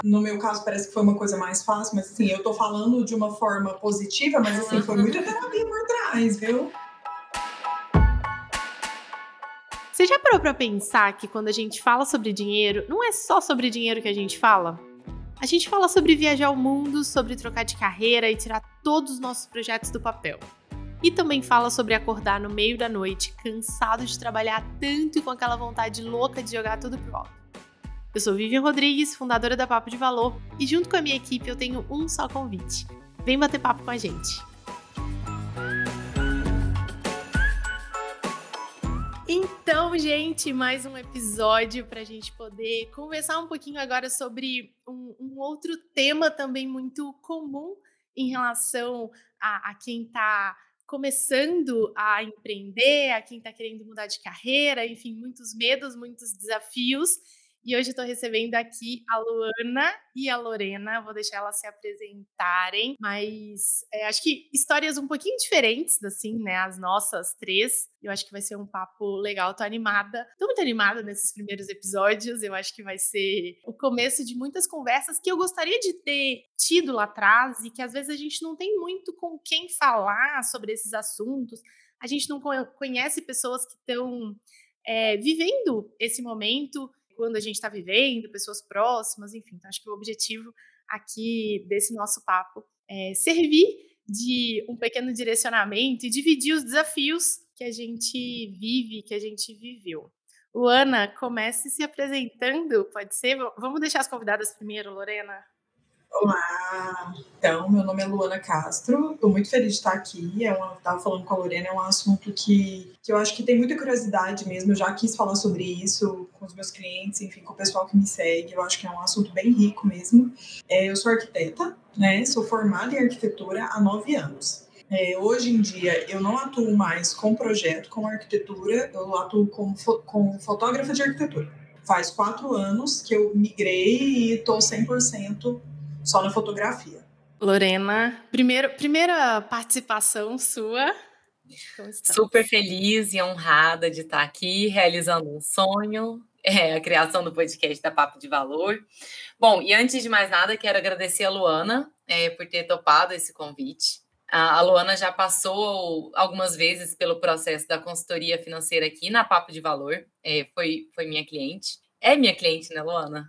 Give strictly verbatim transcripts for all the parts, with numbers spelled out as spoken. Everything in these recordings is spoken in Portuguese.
No meu caso, parece que foi uma coisa mais fácil, mas assim, eu tô falando de uma forma positiva, mas assim, foi muita terapia por trás, viu? Você já parou pra pensar que quando a gente fala sobre dinheiro, não é só sobre dinheiro que a gente fala? A gente fala sobre viajar o mundo, sobre trocar de carreira e tirar todos os nossos projetos do papel. E também fala sobre acordar no meio da noite, cansado de trabalhar tanto e com aquela vontade louca de jogar tudo pro alto. Eu sou Vivian Rodrigues, fundadora da Papo de Valor, e junto com a minha equipe eu tenho um só convite. Vem bater papo com a gente. Então, gente, mais um episódio para a gente poder conversar um pouquinho agora sobre um, um outro tema também muito comum em relação a, a quem está começando a empreender, a quem está querendo mudar de carreira, enfim, muitos medos, muitos desafios. E hoje eu estou recebendo aqui a Luana e a Lorena, vou deixar elas se apresentarem, mas é, acho que histórias um pouquinho diferentes, assim, né, as nossas três. Eu acho que vai ser um papo legal, tô animada, tô muito animada nesses primeiros episódios, eu acho que vai ser o começo de muitas conversas que eu gostaria de ter tido lá atrás e que às vezes a gente não tem muito com quem falar sobre esses assuntos, a gente não conhece pessoas que estão é, vivendo esse momento, quando a gente está vivendo, pessoas próximas, enfim. Então, acho que o objetivo aqui desse nosso papo é servir de um pequeno direcionamento e dividir os desafios que a gente vive, que a gente viveu. Luana, comece se apresentando, pode ser? Vamos deixar as convidadas primeiro, Lorena? Olá! Então, meu nome é Luana Castro, estou muito feliz de estar aqui. É uma, estava falando com a Lorena, é um assunto que, que eu acho que tem muita curiosidade mesmo. Eu já quis falar sobre isso com os meus clientes, enfim, com o pessoal que me segue. Eu acho que é um assunto bem rico mesmo. É, eu sou arquiteta, né? Sou formada em arquitetura há nove anos. É, hoje em dia, eu não atuo mais com projeto, com arquitetura, eu atuo como, fo- como fotógrafa de arquitetura. Faz quatro anos que eu migrei e estou cem por cento só na fotografia. Lorena, primeiro, primeira participação sua. Super feliz e honrada de estar aqui realizando um sonho, é, a criação do podcast da Papo de Valor. Bom, e antes de mais nada, quero agradecer a Luana é, por ter topado esse convite. A, a Luana já passou algumas vezes pelo processo da consultoria financeira aqui na Papo de Valor, é, foi, foi minha cliente. É minha cliente, né, Luana?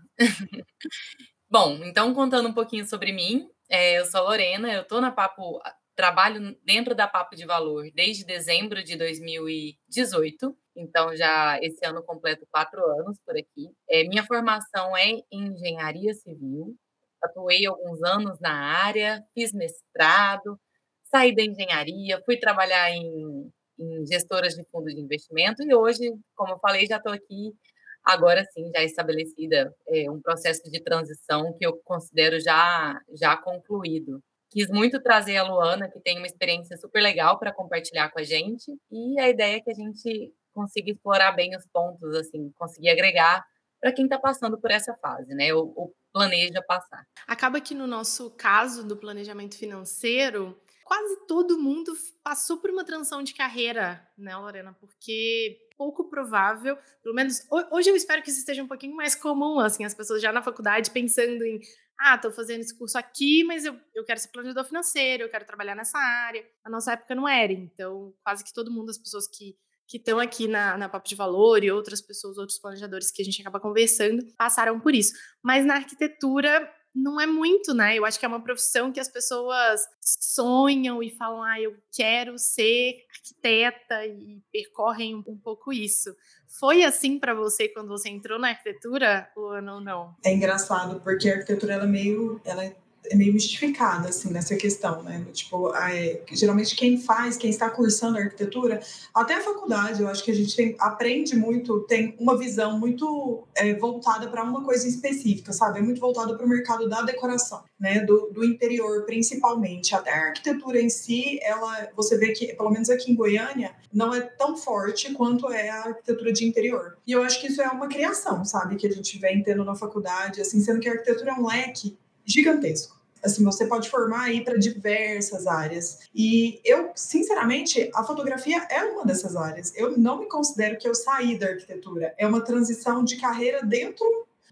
Bom, então contando um pouquinho sobre mim, é, eu sou a Lorena, eu estou na Papo, trabalho dentro da Papo de Valor desde dezembro de dois mil e dezoito, então já esse ano completo quatro anos por aqui. É, minha formação é em engenharia civil, atuei alguns anos na área, fiz mestrado, saí da engenharia, fui trabalhar em, em gestoras de fundo de investimento e hoje, como eu falei, já estou aqui agora sim, já estabelecida, é, um processo de transição que eu considero já, já concluído. Quis muito trazer a Luana, que tem uma experiência super legal para compartilhar com a gente, e a ideia é que a gente consiga explorar bem os pontos, assim, conseguir agregar para quem está passando por essa fase, né? Ou, ou planeja passar. Acaba que no nosso caso do planejamento financeiro, quase todo mundo passou por uma transição de carreira, né, Lorena? Porque pouco provável, pelo menos hoje eu espero que isso esteja um pouquinho mais comum, assim, as pessoas já na faculdade pensando em, ah, tô fazendo esse curso aqui, mas eu, eu quero ser planejador financeiro, eu quero trabalhar nessa área. Na nossa época não era, então quase que todo mundo, as pessoas que que estão aqui na, na Papo de Valor e outras pessoas, outros planejadores que a gente acaba conversando, passaram por isso. Mas na arquitetura não é muito, né? Eu acho que é uma profissão que as pessoas sonham e falam, ah, eu quero ser arquiteta e percorrem um, um pouco isso. Foi assim para você quando você entrou na arquitetura ou não? não? É engraçado, porque a arquitetura ela é meio... Ela é é meio mistificada, assim, nessa questão, né? Tipo, é, geralmente quem faz, quem está cursando arquitetura, até a faculdade, eu acho que a gente tem, aprende muito, tem uma visão muito é, voltada para uma coisa específica, sabe? É muito voltada para o mercado da decoração, né? Do, do interior, principalmente. Até a arquitetura em si, ela, você vê que, pelo menos aqui em Goiânia, não é tão forte quanto é a arquitetura de interior. E eu acho que isso é uma criação, sabe? Que a gente vem tendo na faculdade, assim, sendo que a arquitetura é um leque gigantesco. Assim, você pode formar aí para diversas áreas. E eu, sinceramente, a fotografia é uma dessas áreas. Eu não me considero que eu saí da arquitetura. É uma transição de carreira dentro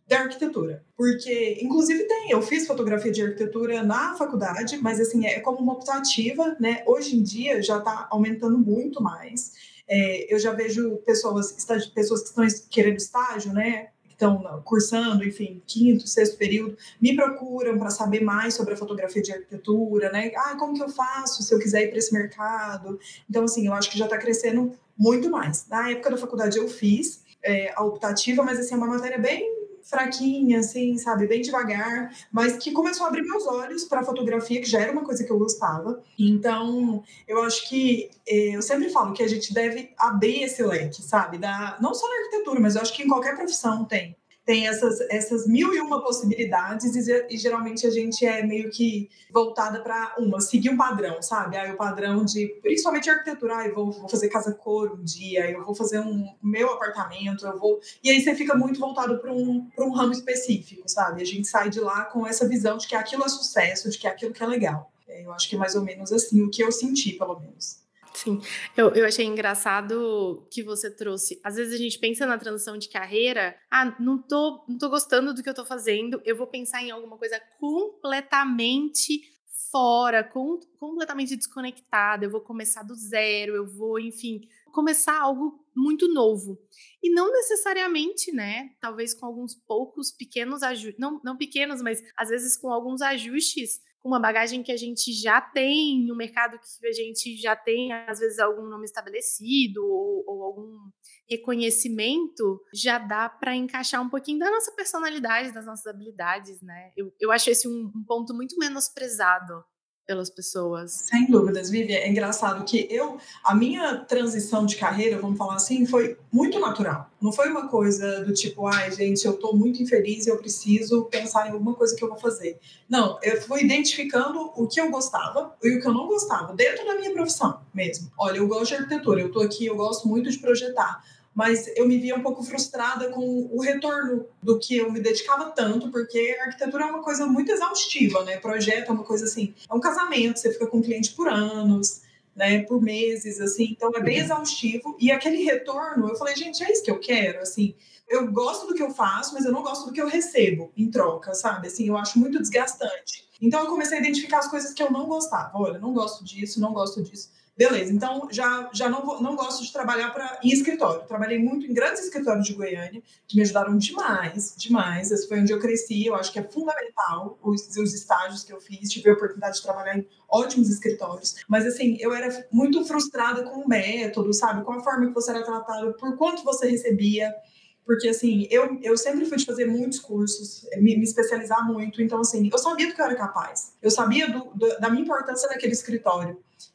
da arquitetura. Porque, inclusive, tem, eu fiz fotografia de arquitetura na faculdade, mas, assim, é como uma optativa, né? Hoje em dia já está aumentando muito mais. É, eu já vejo pessoas, pessoas que estão querendo estágio, né? Estão cursando, enfim, quinto, sexto período, me procuram para saber mais sobre a fotografia de arquitetura, né? Ah, como que eu faço se eu quiser ir para esse mercado? Então, assim, eu acho que já está crescendo muito mais. Na época da faculdade eu fiz é, a optativa, mas, assim, é uma matéria bem fraquinha, assim, sabe, bem devagar, mas que começou a abrir meus olhos para a fotografia, que já era uma coisa que eu gostava. Então, eu acho que, eh, eu sempre falo que a gente deve abrir esse leque, sabe, da, não só na arquitetura, mas eu acho que em qualquer profissão tem. Tem essas, essas mil e uma possibilidades e, e geralmente a gente é meio que voltada para uma, seguir um padrão, sabe? Aí o padrão de, principalmente arquitetura, ah, eu vou, vou fazer casa cor um dia, eu vou fazer um meu apartamento, eu vou... E aí você fica muito voltado para um, para um ramo específico, sabe? A gente sai de lá com essa visão de que aquilo é sucesso, de que aquilo que é legal. Eu acho que é mais ou menos assim, o que eu senti, pelo menos. Sim, eu, eu achei engraçado que você trouxe. Às vezes a gente pensa na transição de carreira, ah, não tô, não tô gostando do que eu tô fazendo, eu vou pensar em alguma coisa completamente fora, com, completamente desconectada, eu vou começar do zero, eu vou, enfim, começar algo muito novo. E não necessariamente, né, talvez com alguns poucos pequenos ajustes, não, não pequenos, mas às vezes com alguns ajustes, com uma bagagem que a gente já tem, no mercado que a gente já tem, às vezes, algum nome estabelecido ou, ou algum reconhecimento, já dá para encaixar um pouquinho da nossa personalidade, das nossas habilidades, né? Eu, eu acho esse um, um ponto muito menosprezado pelas pessoas. Sem dúvidas, Vivi. É engraçado que eu, a minha transição de carreira, vamos falar assim, foi muito natural. Não foi uma coisa do tipo, ai, gente, eu tô muito infeliz e eu preciso pensar em alguma coisa que eu vou fazer. Não, eu fui identificando o que eu gostava e o que eu não gostava, dentro da minha profissão mesmo. Olha, eu gosto de arquitetura, eu tô aqui, eu gosto muito de projetar, mas eu me via um pouco frustrada com o retorno do que eu me dedicava tanto, porque a arquitetura é uma coisa muito exaustiva, né? Projeto é uma coisa assim, é um casamento, você fica com o cliente por anos, né? Por meses, assim, então é bem exaustivo. E aquele retorno, eu falei, gente, é isso que eu quero, assim. Eu gosto do que eu faço, mas eu não gosto do que eu recebo em troca, sabe? Assim, eu acho muito desgastante. Então eu comecei a identificar as coisas que eu não gostava. Olha, não gosto disso, não gosto disso. Beleza, então já, já não, vou, não gosto de trabalhar pra, em escritório. Trabalhei muito em grandes escritórios de Goiânia, que me ajudaram demais, demais. Esse foi onde eu cresci, eu acho que é fundamental os, os estágios que eu fiz. Tive a oportunidade de trabalhar em ótimos escritórios. Mas, assim, eu era muito frustrada com o método, sabe? Com a forma que você era tratado, por quanto você recebia. Porque, assim, eu, eu sempre fui de fazer muitos cursos, me, me especializar muito. Então, assim, eu sabia do que eu era capaz. Eu sabia do, do, da minha importância naquele escritório.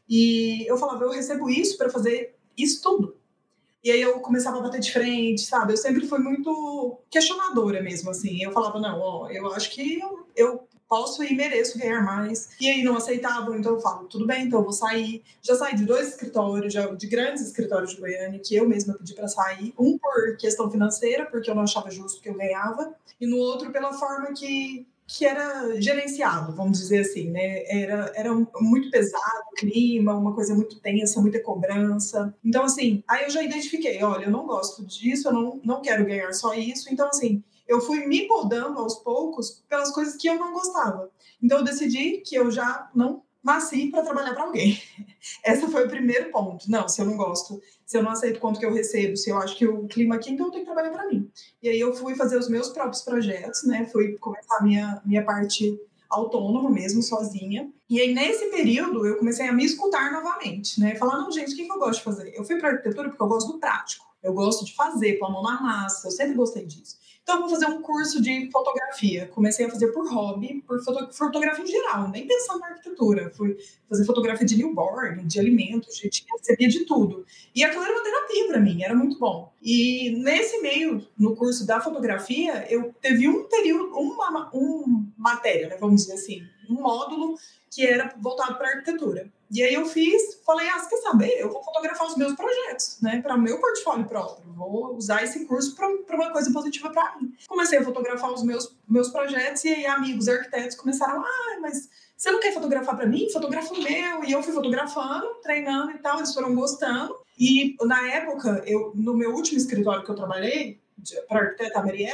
E eu falava, eu recebo isso para fazer isso tudo. E aí eu começava a bater de frente, sabe? Eu sempre fui muito questionadora mesmo, assim. Eu falava, não, ó, eu acho que eu, eu posso e mereço ganhar mais. E aí não aceitavam, então eu falo, tudo bem, então eu vou sair. Já saí de dois escritórios, já, de grandes escritórios de Goiânia, que eu mesma pedi para sair. Um por questão financeira, porque eu não achava justo que eu ganhava. E no outro pela forma que... que era gerenciado, vamos dizer assim, né? Era, era muito pesado o clima, uma coisa muito tensa, muita cobrança. Então, assim, aí eu já identifiquei, olha, eu não gosto disso, eu não, não quero ganhar só isso. Então, assim, eu fui me podando aos poucos pelas coisas que eu não gostava. Então, eu decidi que eu já não nasci para trabalhar para alguém. Esse foi o primeiro ponto. Não, se eu não gosto, se eu não aceito quanto que eu recebo, se eu acho que o clima aqui, então eu tenho que trabalhar para mim. E aí eu fui fazer os meus próprios projetos, né? Fui começar a minha, minha parte autônoma mesmo, sozinha. E aí, nesse período, eu comecei a me escutar novamente, né? Falar, não, gente, o que eu gosto de fazer? Eu fui para arquitetura porque eu gosto do prático. Eu gosto de fazer, pôr a mão na massa. Eu sempre gostei disso. Então, eu vou fazer um curso de fotografia. Comecei a fazer por hobby, por foto, fotografia em geral, nem pensando na arquitetura. Fui fazer fotografia de newborn, de alimentos, de, recebia de tudo. E aquilo era uma terapia para mim, era muito bom. E nesse meio, no curso da fotografia, eu teve um período, uma, uma matéria, né, vamos dizer assim, um módulo que era voltado para arquitetura. E aí eu fiz, falei, ah, você quer saber? Eu vou fotografar os meus projetos, né, para o meu portfólio próprio. Vou usar esse curso para uma coisa positiva para mim. Comecei a fotografar os meus, meus projetos e aí amigos arquitetos começaram, ah, mas você não quer fotografar para mim? Fotografa o meu. E eu fui fotografando, treinando e tal, eles foram gostando. E na época, eu, no meu último escritório que eu trabalhei, para a arquiteta Mariela,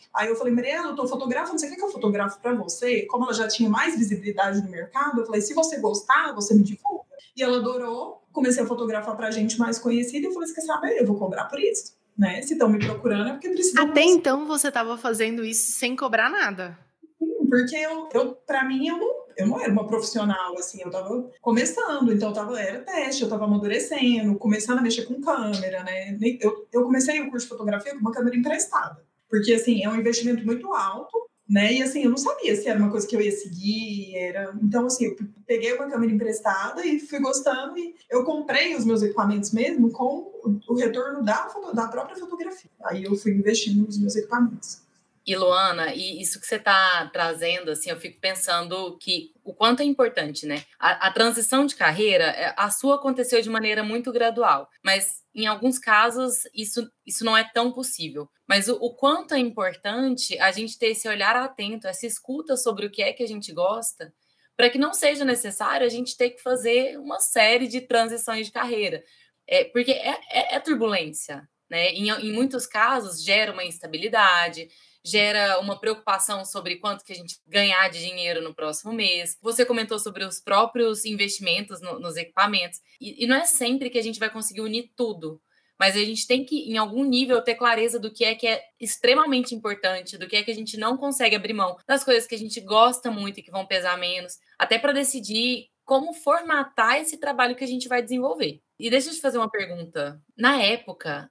Aí eu falei, Mariela, eu tô fotografando, você quer que eu fotografo pra você? Como ela já tinha mais visibilidade no mercado, eu falei, se você gostar, você me divulga. E ela adorou, comecei a fotografar pra gente mais conhecida, e eu falei, você quer saber? Eu vou cobrar por isso, né? Se estão me procurando é porque precisam. Até então você estava fazendo isso sem cobrar nada. Porque eu, eu para mim, eu não, eu não era uma profissional, assim, eu tava começando, então eu tava, era teste, eu tava amadurecendo, começando a mexer com câmera, né? Eu, eu comecei o curso de fotografia com uma câmera emprestada, porque, assim, é um investimento muito alto, né? E, assim, eu não sabia se era uma coisa que eu ia seguir, era... Então, assim, eu peguei uma câmera emprestada e fui gostando, e eu comprei os meus equipamentos mesmo com o retorno da, da própria fotografia. Aí eu fui investindo nos meus equipamentos. E, Luana, e isso que você está trazendo, assim, eu fico pensando que o quanto é importante, né? A, a transição de carreira, a sua aconteceu de maneira muito gradual, mas em alguns casos isso, isso não é tão possível. Mas o, o quanto é importante a gente ter esse olhar atento, essa escuta sobre o que é que a gente gosta, para que não seja necessário a gente ter que fazer uma série de transições de carreira. É, porque é, é, é turbulência, né? Em, em muitos casos gera uma instabilidade, gera uma preocupação sobre quanto que a gente ganhar de dinheiro no próximo mês. Você comentou sobre os próprios investimentos no, nos equipamentos. E, e não é sempre que a gente vai conseguir unir tudo. Mas a gente tem que, em algum nível, ter clareza do que é que é extremamente importante, do que é que a gente não consegue abrir mão, das coisas que a gente gosta muito e que vão pesar menos, até para decidir como formatar esse trabalho que a gente vai desenvolver. E deixa eu te fazer uma pergunta. Na época...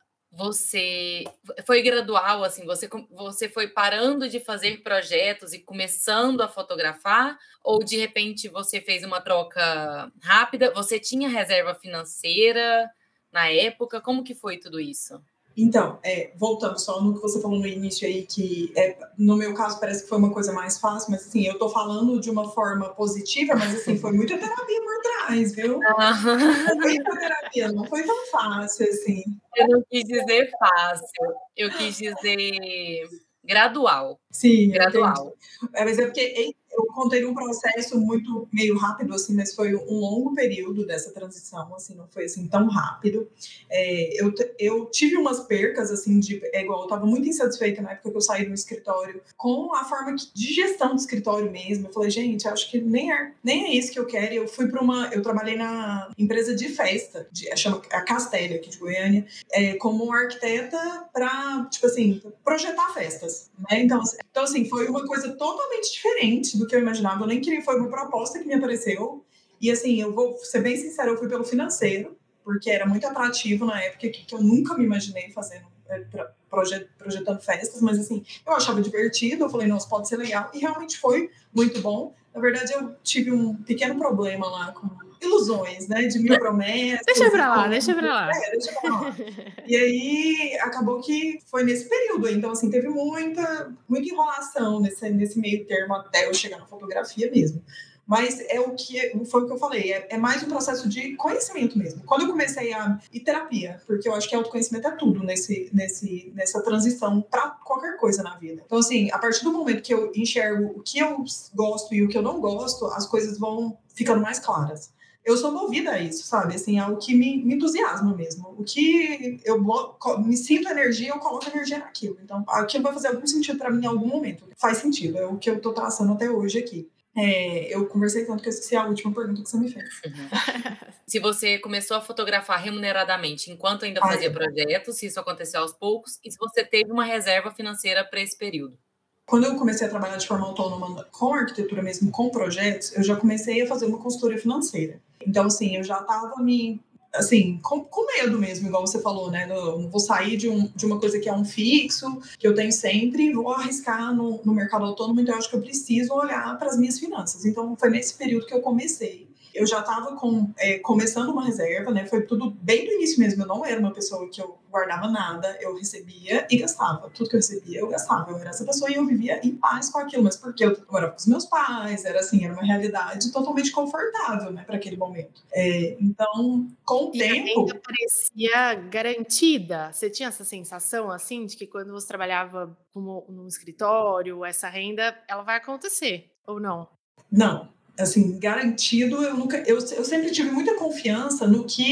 Você foi gradual, assim, você, você foi parando de fazer projetos e começando a fotografar? Ou, de repente, você fez uma troca rápida? Você tinha reserva financeira na época? Como que foi tudo isso? Então, é, voltando só no que você falou no início aí, que é, no meu caso parece que foi uma coisa mais fácil, mas assim, eu tô falando de uma forma positiva, mas assim, foi muita terapia por trás, viu? Não foi muita terapia, não foi tão fácil, assim. Eu não quis dizer fácil, eu quis dizer gradual. Sim, gradual. É, mas é porque eu contei um processo muito meio rápido, assim, mas foi um longo período dessa transição, assim, não foi assim tão rápido. É, eu, eu tive umas percas, assim, de, é igual, eu estava muito insatisfeita na época que eu saí do escritório, com a forma de gestão do escritório mesmo. Eu falei, gente, acho que nem é, nem é isso que eu quero. Eu fui para uma, eu trabalhei na empresa de festa, de, chama a Castelli, aqui de Goiânia, é, como arquiteta para, tipo assim, projetar festas, né? Então, então, assim, foi uma coisa totalmente diferente do que eu imaginava. Eu nem queria, foi uma proposta que me apareceu. E, assim, eu vou ser bem sincera, eu fui pelo financeiro, porque era muito atrativo na época, que, que eu nunca me imaginei fazendo, é, projet, projetando festas, mas, assim, eu achava divertido. Eu falei, nossa, pode ser legal. E realmente foi muito bom. Na verdade, eu tive um pequeno problema lá com ilusões, né, de mil promessas. Deixa pra lá, deixa pra lá. É, deixa pra lá. E aí, acabou que foi nesse período. Então, assim, teve muita, muita enrolação nesse, nesse meio termo até eu chegar na fotografia mesmo. Mas é o que foi o que eu falei, é, é mais um processo de conhecimento mesmo. Quando eu comecei a... E terapia, porque eu acho que autoconhecimento é tudo nesse, nesse, nessa transição para qualquer coisa na vida. Então, assim, a partir do momento que eu enxergo o que eu gosto e o que eu não gosto, as coisas vão ficando mais claras. Eu sou movida a isso, sabe? Assim, é algo que me, me entusiasma mesmo. O que eu me sinto energia, eu coloco energia naquilo. Então, aquilo vai fazer algum sentido para mim em algum momento. Faz sentido, é o que eu tô traçando até hoje aqui. É, eu conversei tanto que eu esqueci a última pergunta que você me fez. Uhum. Se você começou a fotografar remuneradamente enquanto ainda fazia ah, é. projetos, se isso aconteceu aos poucos, e se você teve uma reserva financeira para esse período? Quando eu comecei a trabalhar de forma autônoma com arquitetura mesmo, com projetos, eu já comecei a fazer uma consultoria financeira. Então, assim, eu já estava me... Assim, com, com medo mesmo, igual você falou, né? Eu não vou sair de, um, de uma coisa que é um fixo, que eu tenho sempre, e vou arriscar no, no mercado autônomo, então eu acho que eu preciso olhar para as minhas finanças. Então, foi nesse período que eu comecei. Eu já estava com, é, começando uma reserva, né? Foi tudo bem do início mesmo. Eu não era uma pessoa que eu guardava nada, eu recebia e gastava. Tudo que eu recebia, eu gastava. Eu era essa pessoa e eu vivia em paz com aquilo. Mas porque eu morava com os meus pais, era assim, era uma realidade totalmente confortável, né? Para aquele momento. É, então, com o e tempo... a renda parecia garantida. Você tinha essa sensação, assim, de que quando você trabalhava como, num escritório, essa renda, ela vai acontecer, ou não? Não. Assim, garantido, eu nunca... Eu, eu sempre tive muita confiança no que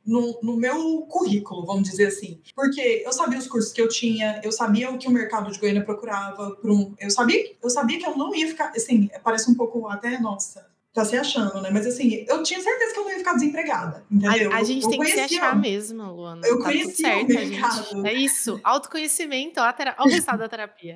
no, no meu currículo, vamos dizer assim. Porque eu sabia os cursos que eu tinha, eu sabia o que o mercado de Goiânia procurava. Por um, eu, sabia, eu sabia que eu não ia ficar... Assim, parece um pouco até, nossa... Tá se achando, né? Mas assim, eu tinha certeza que eu não ia ficar desempregada, entendeu? A, a gente eu, tem eu que se conhecia, achar mesmo, Luana. eu tá tudo conhecia certo, o mercado. Gente. É isso, autoconhecimento, ó, tera... ó o resultado da terapia.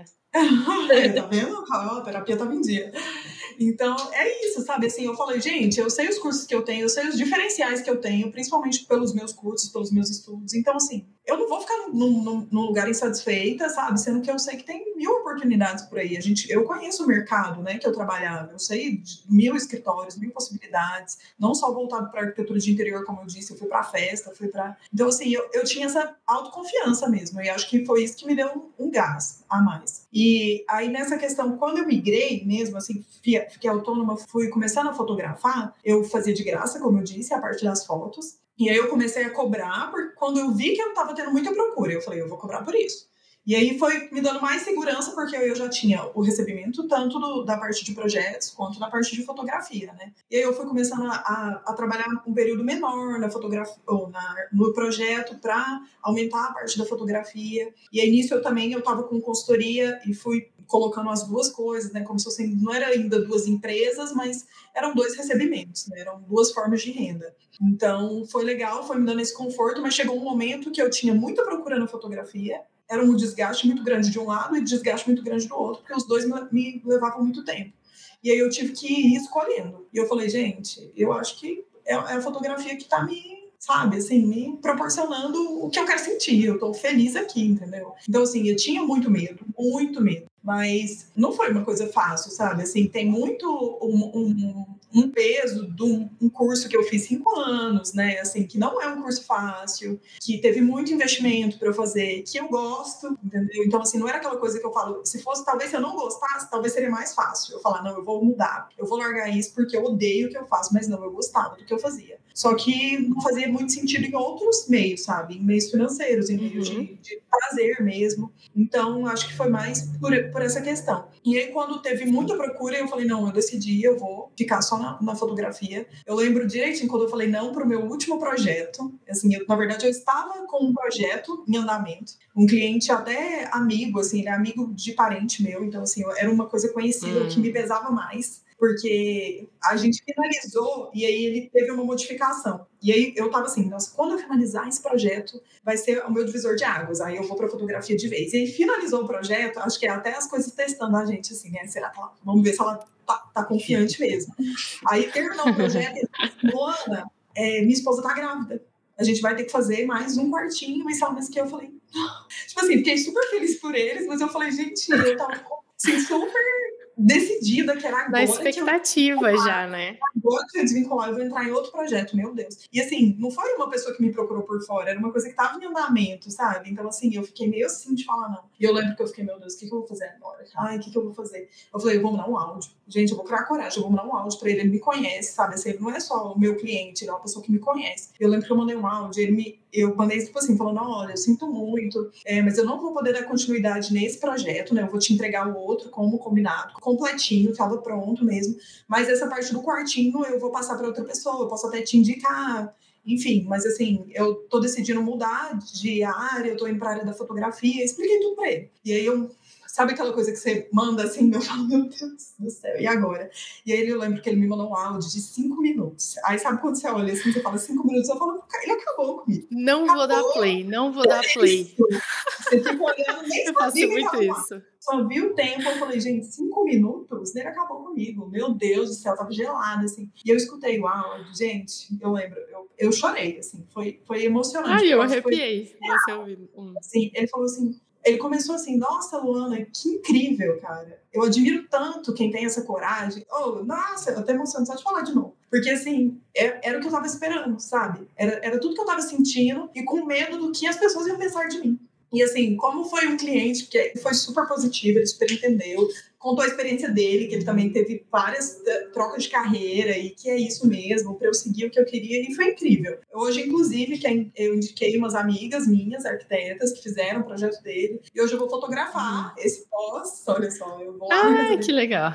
Tá vendo? A terapia tava em dia. Então, é isso, sabe? Assim, eu falei, gente, eu sei os cursos que eu tenho, eu sei os diferenciais que eu tenho, principalmente pelos meus cursos, pelos meus estudos. Então, assim, eu não vou ficar num, num, num lugar insatisfeita, sabe? Sendo que eu sei que tem mil oportunidades por aí. A gente, eu conheço o mercado, né, que eu trabalhava. Eu sei de mil escritórios, mil possibilidades. Não só voltado para arquitetura de interior, como eu disse. Eu fui para festa, fui para... Então, assim, eu, eu tinha essa autoconfiança mesmo. E acho que foi isso que me deu um, um gás a mais. E aí, nessa questão, quando eu migrei mesmo, assim, fiquei autônoma, fui começando a fotografar, eu fazia de graça, como eu disse, a parte das fotos. E aí eu comecei a cobrar, porque quando eu vi que eu estava tendo muita procura, eu falei, eu vou cobrar por isso. E aí foi me dando mais segurança, porque eu já tinha o recebimento tanto do, da parte de projetos quanto da parte de fotografia, né? E aí eu fui começando a, a, a trabalhar um período menor na fotografia, ou na, no projeto para aumentar a parte da fotografia. E aí nisso eu também eu estava com consultoria e fui colocando as duas coisas, né? Como se fossem, não era ainda duas empresas, mas eram dois recebimentos, né? Eram duas formas de renda. Então foi legal, foi me dando esse conforto, mas chegou um momento que eu tinha muita procura na fotografia. Era um desgaste muito grande de um lado e um desgaste muito grande do outro, porque os dois me levavam muito tempo. E aí eu tive que ir escolhendo. E eu falei, gente, eu acho que é a fotografia que está me, sabe, assim, me proporcionando o que eu quero sentir. Eu estou feliz aqui, entendeu? Então, assim, eu tinha muito medo, muito medo. Mas não foi uma coisa fácil, sabe? Assim, tem muito um, um, um peso de um, um curso que eu fiz cinco anos, né? Assim, que não é um curso fácil, que teve muito investimento para eu fazer, que eu gosto, entendeu? Então, assim, não era aquela coisa que eu falo, se fosse, talvez se eu não gostasse, talvez seria mais fácil. Eu falar, não, eu vou mudar, eu vou largar isso porque eu odeio o que eu faço, mas não, eu gostava do que eu fazia. Só que não fazia muito sentido em outros meios, sabe? Em meios financeiros, em meios uhum. de, de prazer mesmo. Então, acho que foi mais por, por essa questão. E aí, quando teve muita procura, eu falei, não, eu decidi, eu vou ficar só na, na fotografia. Eu lembro direitinho quando eu falei não para o meu último projeto. Assim, eu, na verdade, eu estava com um projeto em andamento. Um cliente até amigo, assim, ele é amigo de parente meu. Então, assim, era uma coisa conhecida, hum. que me pesava mais. Porque a gente finalizou e aí ele teve uma modificação. E aí eu tava assim, nossa, quando eu finalizar esse projeto, vai ser o meu divisor de águas. Aí eu vou pra fotografia de vez. E aí finalizou o projeto, acho que é até as coisas testando a gente, assim, né? Será que ela... Vamos ver se ela tá, tá confiante mesmo. Aí terminou o projeto e disse, Luana, é, minha esposa tá grávida. A gente vai ter que fazer mais um quartinho. E sabe que eu falei... Tipo assim, fiquei super feliz por eles, mas eu falei, gente, eu tava assim, super... decidida que era agora. Da expectativa que já, né? Agora que eu desvincular, eu vou entrar em outro projeto, meu Deus. E assim, não foi uma pessoa que me procurou por fora, era uma coisa que tava em andamento, sabe? Então, assim, eu fiquei meio assim de falar não. E eu lembro que eu fiquei, meu Deus, o que, que eu vou fazer agora? Ai, o que, que eu vou fazer? Eu falei, eu vou mandar um áudio. Gente, eu vou criar coragem, eu vou mandar um áudio pra ele, ele me conhece, sabe? Assim, ele não é só o meu cliente, ele é uma pessoa que me conhece. Eu lembro que eu mandei um áudio, ele me, eu mandei, tipo assim, falando, olha, eu sinto muito, é, mas eu não vou poder dar continuidade nesse projeto, né? Eu vou te entregar o outro como combinado, completinho, tava pronto mesmo. Mas essa parte do quartinho eu vou passar para outra pessoa, eu posso até te indicar, enfim, mas assim, eu tô decidindo mudar de área, eu tô indo pra área da fotografia, expliquei tudo pra ele. E aí eu, sabe aquela coisa que você manda assim, eu falo, meu Deus do céu, e agora? E aí eu lembro que ele me mandou um áudio de cinco minutos. Aí sabe quando você olha assim, você fala cinco minutos, eu falo, ele acabou comigo. Não acabou. vou dar play, não vou dar play. Você fica olhando, nem eu faço muito isso. Só vi o tempo, eu falei, gente, cinco minutos? Ele acabou comigo. Meu Deus do céu, tava gelado, assim. E eu escutei o áudio, gente, eu lembro, eu, eu chorei, assim, foi, foi emocionante. Ai, eu arrepiei. Você ouviu. Hum. Assim, ele falou assim, ele começou assim, nossa, Luana, que incrível, cara. Eu admiro tanto quem tem essa coragem. Oh, nossa, eu até emociono só de falar de novo. Porque, assim, era, era o que eu tava esperando, sabe? Era, era tudo que eu tava sentindo e com medo do que as pessoas iam pensar de mim. E assim, como foi um cliente que foi super positivo, ele super entendeu, contou a experiência dele, que ele também teve várias trocas de carreira e que é isso mesmo, para eu seguir o que eu queria, e foi incrível. Hoje, inclusive, que eu indiquei umas amigas minhas, arquitetas, que fizeram o projeto dele, e hoje eu vou fotografar hum. esse pós, olha só, eu vou lá... Ah, que legal!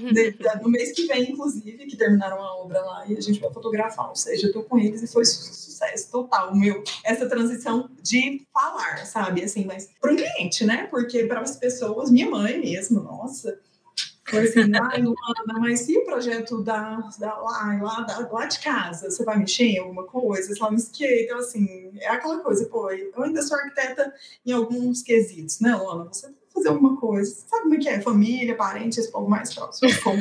No mês que vem, inclusive, que terminaram a obra lá, e a gente vai fotografar, ou seja, eu tô com eles e foi sucesso. sucesso total, meu, essa transição de falar, sabe, assim, mas para um cliente, né, porque para as pessoas, minha mãe mesmo, nossa, foi assim, ai, Luana, mas e o projeto da, da, lá, lá, da, lá de casa? Você vai mexer em alguma coisa? Sei lá, não sei. Então, assim, é aquela coisa, pô, eu ainda sou arquiteta em alguns quesitos, né, Luana? Você tem que fazer alguma coisa. Sabe como é que é? Família, parente, esse povo mais próximo. Como,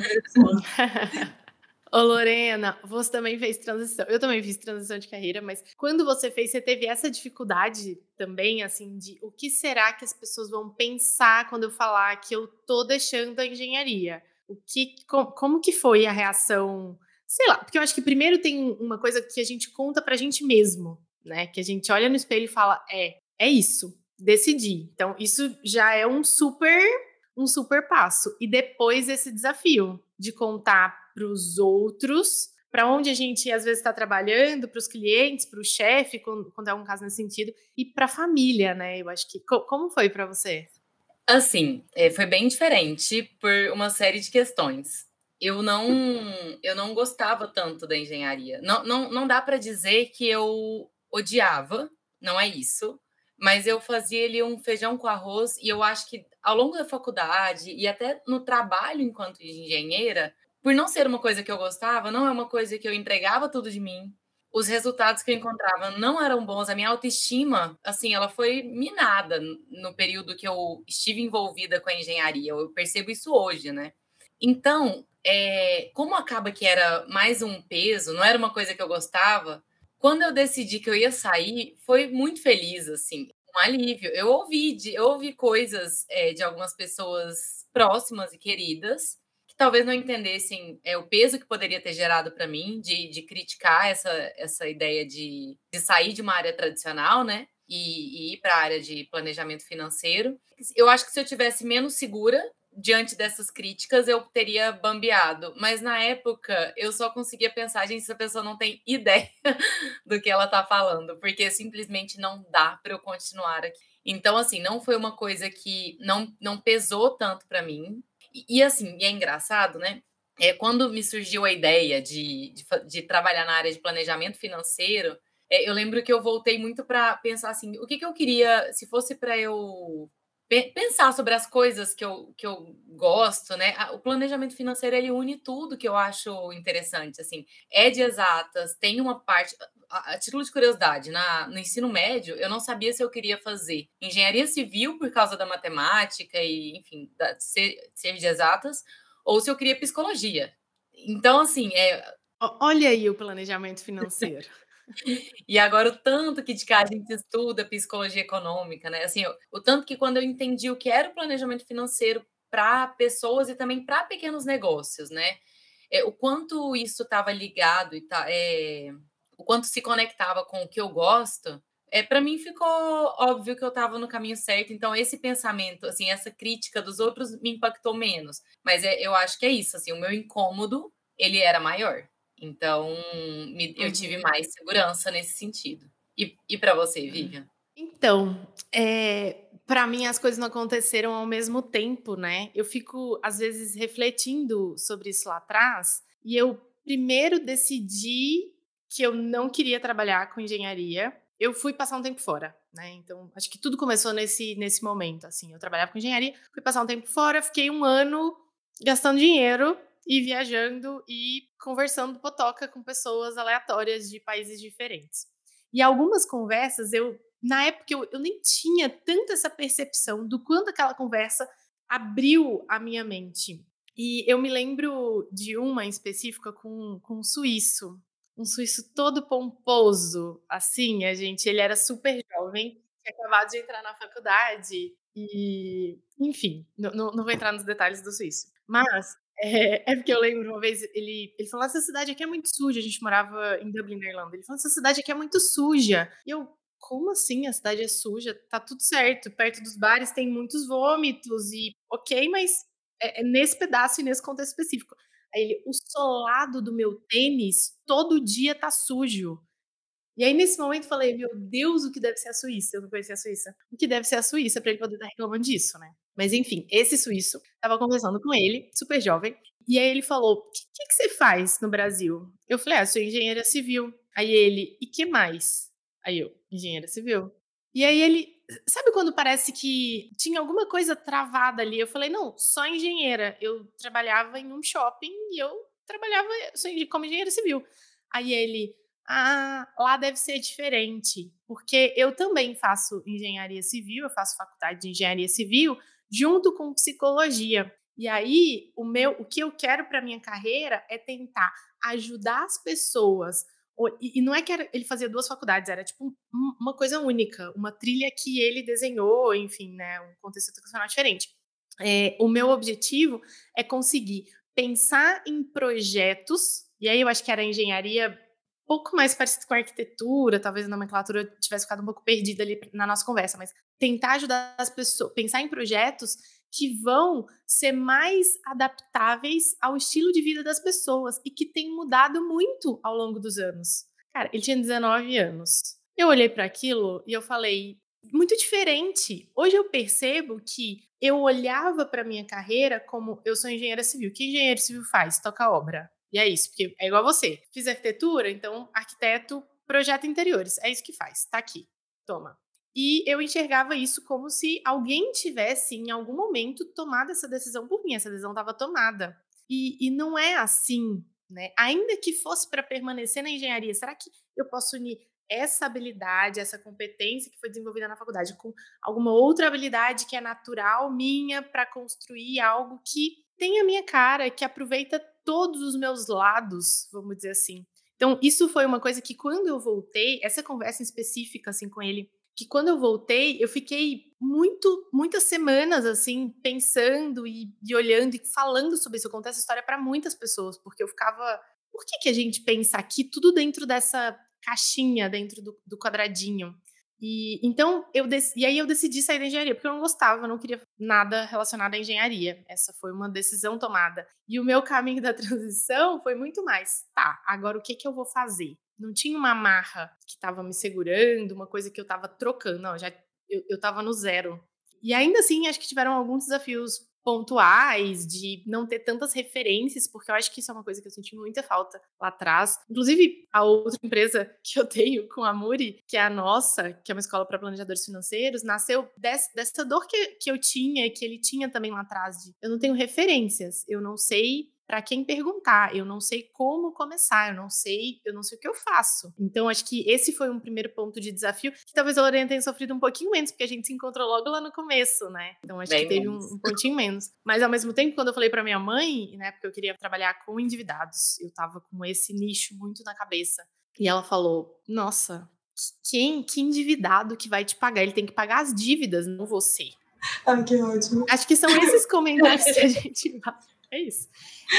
Ô, Lorena, você também fez transição. Eu também fiz transição de carreira, mas quando você fez, você teve essa dificuldade também, assim, de o que será que as pessoas vão pensar quando eu falar que eu tô deixando a engenharia? O que, como, como que foi a reação? Sei lá, porque eu acho que primeiro tem uma coisa que a gente conta pra gente mesmo, né? Que a gente olha no espelho e fala, é, é isso, decidi. Então, isso já é um super, um super passo. E depois esse desafio de contar para os outros, para onde a gente às vezes está trabalhando, para os clientes, para o chefe, quando, quando é um caso nesse sentido, e para a família, né? Eu acho que. Co- como foi para você? Assim, é, foi bem diferente por uma série de questões. Eu não, eu não gostava tanto da engenharia. Não, não, não dá para dizer que eu odiava, não é isso. Mas eu fazia ali um feijão com arroz e eu acho que ao longo da faculdade e até no trabalho enquanto engenheira, por não ser uma coisa que eu gostava, não é uma coisa que eu entregava tudo de mim. Os resultados que eu encontrava não eram bons, a minha autoestima, assim, ela foi minada no período que eu estive envolvida com a engenharia. Eu percebo isso hoje, né? Então, é, como acaba que era mais um peso, não era uma coisa que eu gostava, quando eu decidi que eu ia sair, foi muito feliz, assim, um alívio. Eu ouvi, de, eu ouvi coisas é, de algumas pessoas próximas e queridas que talvez não entendessem é, o peso que poderia ter gerado para mim de, de criticar essa, essa ideia de, de sair de uma área tradicional, né? E, e ir para a área de planejamento financeiro. Eu acho que se eu tivesse menos segura diante dessas críticas, eu teria bambeado. Mas na época, eu só conseguia pensar, gente, essa pessoa não tem ideia do que ela está falando, porque simplesmente não dá para eu continuar aqui. Então, assim, não foi uma coisa que não, não pesou tanto para mim. E, e, assim, e é engraçado, né? É, quando me surgiu a ideia de, de, de trabalhar na área de planejamento financeiro, é, eu lembro que eu voltei muito para pensar assim, o que, que eu queria, se fosse para eu pensar sobre as coisas que eu, que eu gosto, né? O planejamento financeiro, ele une tudo que eu acho interessante, assim. É de exatas, tem uma parte... A, a título de curiosidade, na, no ensino médio, eu não sabia se eu queria fazer engenharia civil por causa da matemática e, enfim, da, ser, ser de exatas, ou se eu queria psicologia. Então, assim, é... Olha aí o planejamento financeiro. E agora o tanto que de cá a gente estuda psicologia econômica, né? Assim, o, o tanto que quando eu entendi o que era o planejamento financeiro para pessoas e também para pequenos negócios, né? É, o quanto isso estava ligado e tá, é, o quanto se conectava com o que eu gosto, é, para mim ficou óbvio que eu estava no caminho certo. Então, esse pensamento, assim, essa crítica dos outros me impactou menos. Mas é, eu acho que é isso, assim, o meu incômodo, ele era maior. Então, me, eu tive Uhum. mais segurança nesse sentido. E, e para você, Vivian? Então, é, para mim as coisas não aconteceram ao mesmo tempo, né? Eu fico, às vezes, refletindo sobre isso lá atrás, e eu primeiro decidi que eu não queria trabalhar com engenharia. Eu fui passar um tempo fora, né? Então, acho que tudo começou nesse, nesse momento, assim. Eu trabalhava com engenharia, fui passar um tempo fora, fiquei um ano gastando dinheiro e viajando e conversando potoca com pessoas aleatórias de países diferentes. E algumas conversas, eu na época eu, eu nem tinha tanta essa percepção do quanto aquela conversa abriu a minha mente. E eu me lembro de uma em específica com, com um suíço, um suíço todo pomposo, assim, a gente, ele era super jovem, tinha acabado de entrar na faculdade e, enfim, não, não, não vou entrar nos detalhes do suíço. Mas é, é porque eu lembro uma vez, ele, ele falou, essa cidade aqui é muito suja, a gente morava em Dublin, na Irlanda, ele falou, essa cidade aqui é muito suja. E eu, como assim? A cidade é suja? Tá tudo certo. Perto dos bares tem muitos vômitos e ok, mas é, é nesse pedaço e nesse contexto específico. Aí ele, o solado do meu tênis todo dia tá sujo. E aí, nesse momento, eu falei, meu Deus, o que deve ser a Suíça? Eu não conhecia a Suíça. O que deve ser a Suíça para ele poder estar reclamando disso, né? Mas enfim, esse suíço, tava conversando com ele, super jovem, e aí ele falou, o que, que, que você faz no Brasil? Eu falei, ah, sou engenheira civil. Aí ele, e que mais? Aí eu, engenheira civil. E aí ele, sabe quando parece que tinha alguma coisa travada ali? Eu falei, não, só engenheira. Eu trabalhava em um shopping e eu trabalhava como engenheira civil. Aí ele, ah, lá deve ser diferente, porque eu também faço engenharia civil, eu faço faculdade de engenharia civil, junto com psicologia. E aí, o, meu, o que eu quero para minha carreira é tentar ajudar as pessoas. E não é que era, ele fazia duas faculdades, era tipo uma coisa única, uma trilha que ele desenhou, enfim, né, um contexto educacional diferente. É, o meu objetivo é conseguir pensar em projetos, e aí eu acho que era engenharia um pouco mais parecido com a arquitetura, talvez a nomenclatura tivesse ficado um pouco perdida ali na nossa conversa, mas tentar ajudar as pessoas, pensar em projetos que vão ser mais adaptáveis ao estilo de vida das pessoas e que tem mudado muito ao longo dos anos. Cara, ele tinha dezenove anos. Eu olhei para aquilo e eu falei, muito diferente. Hoje eu percebo que eu olhava para minha carreira como eu sou engenheira civil. O que engenheiro civil faz? Toca obra. E é isso, porque é igual a você. Fiz arquitetura, então arquiteto projeta interiores. É isso que faz. Tá aqui. Toma. E eu enxergava isso como se alguém tivesse, em algum momento, tomado essa decisão por mim. Essa decisão estava tomada. E, e não é assim, né? Ainda que fosse para permanecer na engenharia, será que eu posso unir essa habilidade, essa competência que foi desenvolvida na faculdade com alguma outra habilidade que é natural minha para construir algo que tem a minha cara, que aproveita todos os meus lados, vamos dizer assim. Então, isso foi uma coisa que quando eu voltei, essa conversa em específica assim, com ele, que quando eu voltei, eu fiquei muito, muitas semanas, assim, pensando e, e olhando e falando sobre isso. Eu contei essa história para muitas pessoas, porque eu ficava, por que que a gente pensa aqui tudo dentro dessa caixinha, dentro do, do quadradinho? E, então, eu dec... e aí eu decidi sair da engenharia, porque eu não gostava, eu não queria nada relacionado à engenharia. Essa foi uma decisão tomada. E o meu caminho da transição foi muito mais, tá, agora o que que eu vou fazer? Não tinha uma amarra que estava me segurando, uma coisa que eu estava trocando, não, já, eu, eu tava no zero. E ainda assim, acho que tiveram alguns desafios pontuais, de não ter tantas referências, porque eu acho que isso é uma coisa que eu senti muita falta lá atrás. Inclusive, a outra empresa que eu tenho com a Muri, que é a nossa, que é uma escola para planejadores financeiros, nasceu desse, dessa dor que, que eu tinha, que ele tinha também lá atrás, de eu não tenho referências, eu não sei para quem perguntar, eu não sei como começar, eu não sei, eu não sei o que eu faço. Então, acho que esse foi um primeiro ponto de desafio, que talvez a Lorena tenha sofrido um pouquinho menos, porque a gente se encontrou logo lá no começo, né? Então, acho Bem que teve um, um pontinho menos. Mas, ao mesmo tempo, quando eu falei para minha mãe, né, porque eu queria trabalhar com endividados, eu tava com esse nicho muito na cabeça. E ela falou, nossa, quem, que endividado que vai te pagar? Ele tem que pagar as dívidas, não você. Ai, que ótimo. Acho que são esses comentários que a gente vai. É isso.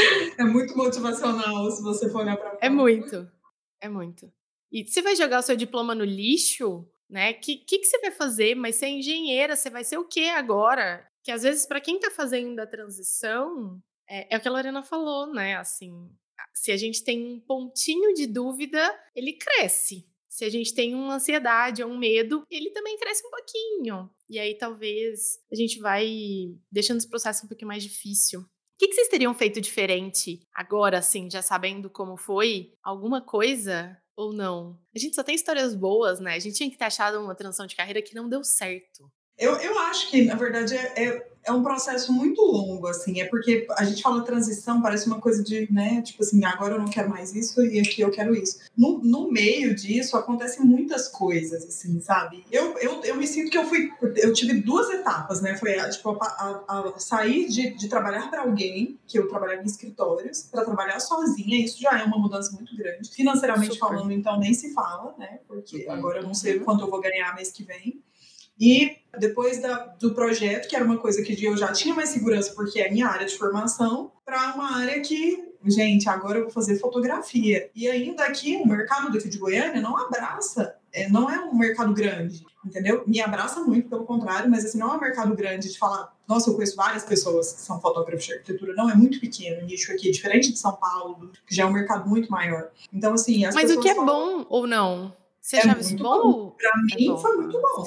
É muito motivacional se você for olhar pra fora. É muito, é muito. E você vai jogar o seu diploma no lixo, né? O que, que, que você vai fazer? Mas você é engenheira, você vai ser o quê agora? Que às vezes, para quem tá fazendo a transição, é, é o que a Lorena falou, né? Assim, se a gente tem um pontinho de dúvida, ele cresce. Se a gente tem uma ansiedade ou um medo, ele também cresce um pouquinho. E aí, talvez, a gente vai deixando esse processo um pouquinho mais difícil. O que, que vocês teriam feito diferente agora, assim, já sabendo como foi? Alguma coisa ou não? A gente só tem histórias boas, né? A gente tinha que ter achado uma transição de carreira que não deu certo. Eu, eu acho que, na verdade, é, é, é um processo muito longo, assim. É porque a gente fala transição, parece uma coisa de, né? Tipo assim, agora eu não quero mais isso e aqui eu quero isso. No, no meio disso, acontecem muitas coisas, assim, sabe? Eu, eu, eu me sinto que eu fui... Eu tive duas etapas, né? Foi, tipo, a, a, a sair de, de trabalhar para alguém, que eu trabalhava em escritórios, para trabalhar sozinha. Isso já é uma mudança muito grande. Financeiramente Super. falando, então, nem se fala, né? Porque agora eu não sei quanto eu vou ganhar mês que vem. E depois da, do projeto, que era uma coisa que eu já tinha mais segurança, porque é a minha área de formação, para uma área que, gente, agora eu vou fazer fotografia. E ainda aqui, o mercado daqui de Goiânia não abraça, é, não é um mercado grande, entendeu? Me abraça muito, pelo contrário, mas assim, não é um mercado grande de falar, nossa, eu conheço várias pessoas que são fotógrafos de arquitetura. Não, é muito pequeno o nicho aqui, diferente de São Paulo, que já é um mercado muito maior. Então, assim, as mas pessoas... o que é falam, bom ou não? Você é achava isso bom? bom? Pra é mim bom. foi muito bom. Sim.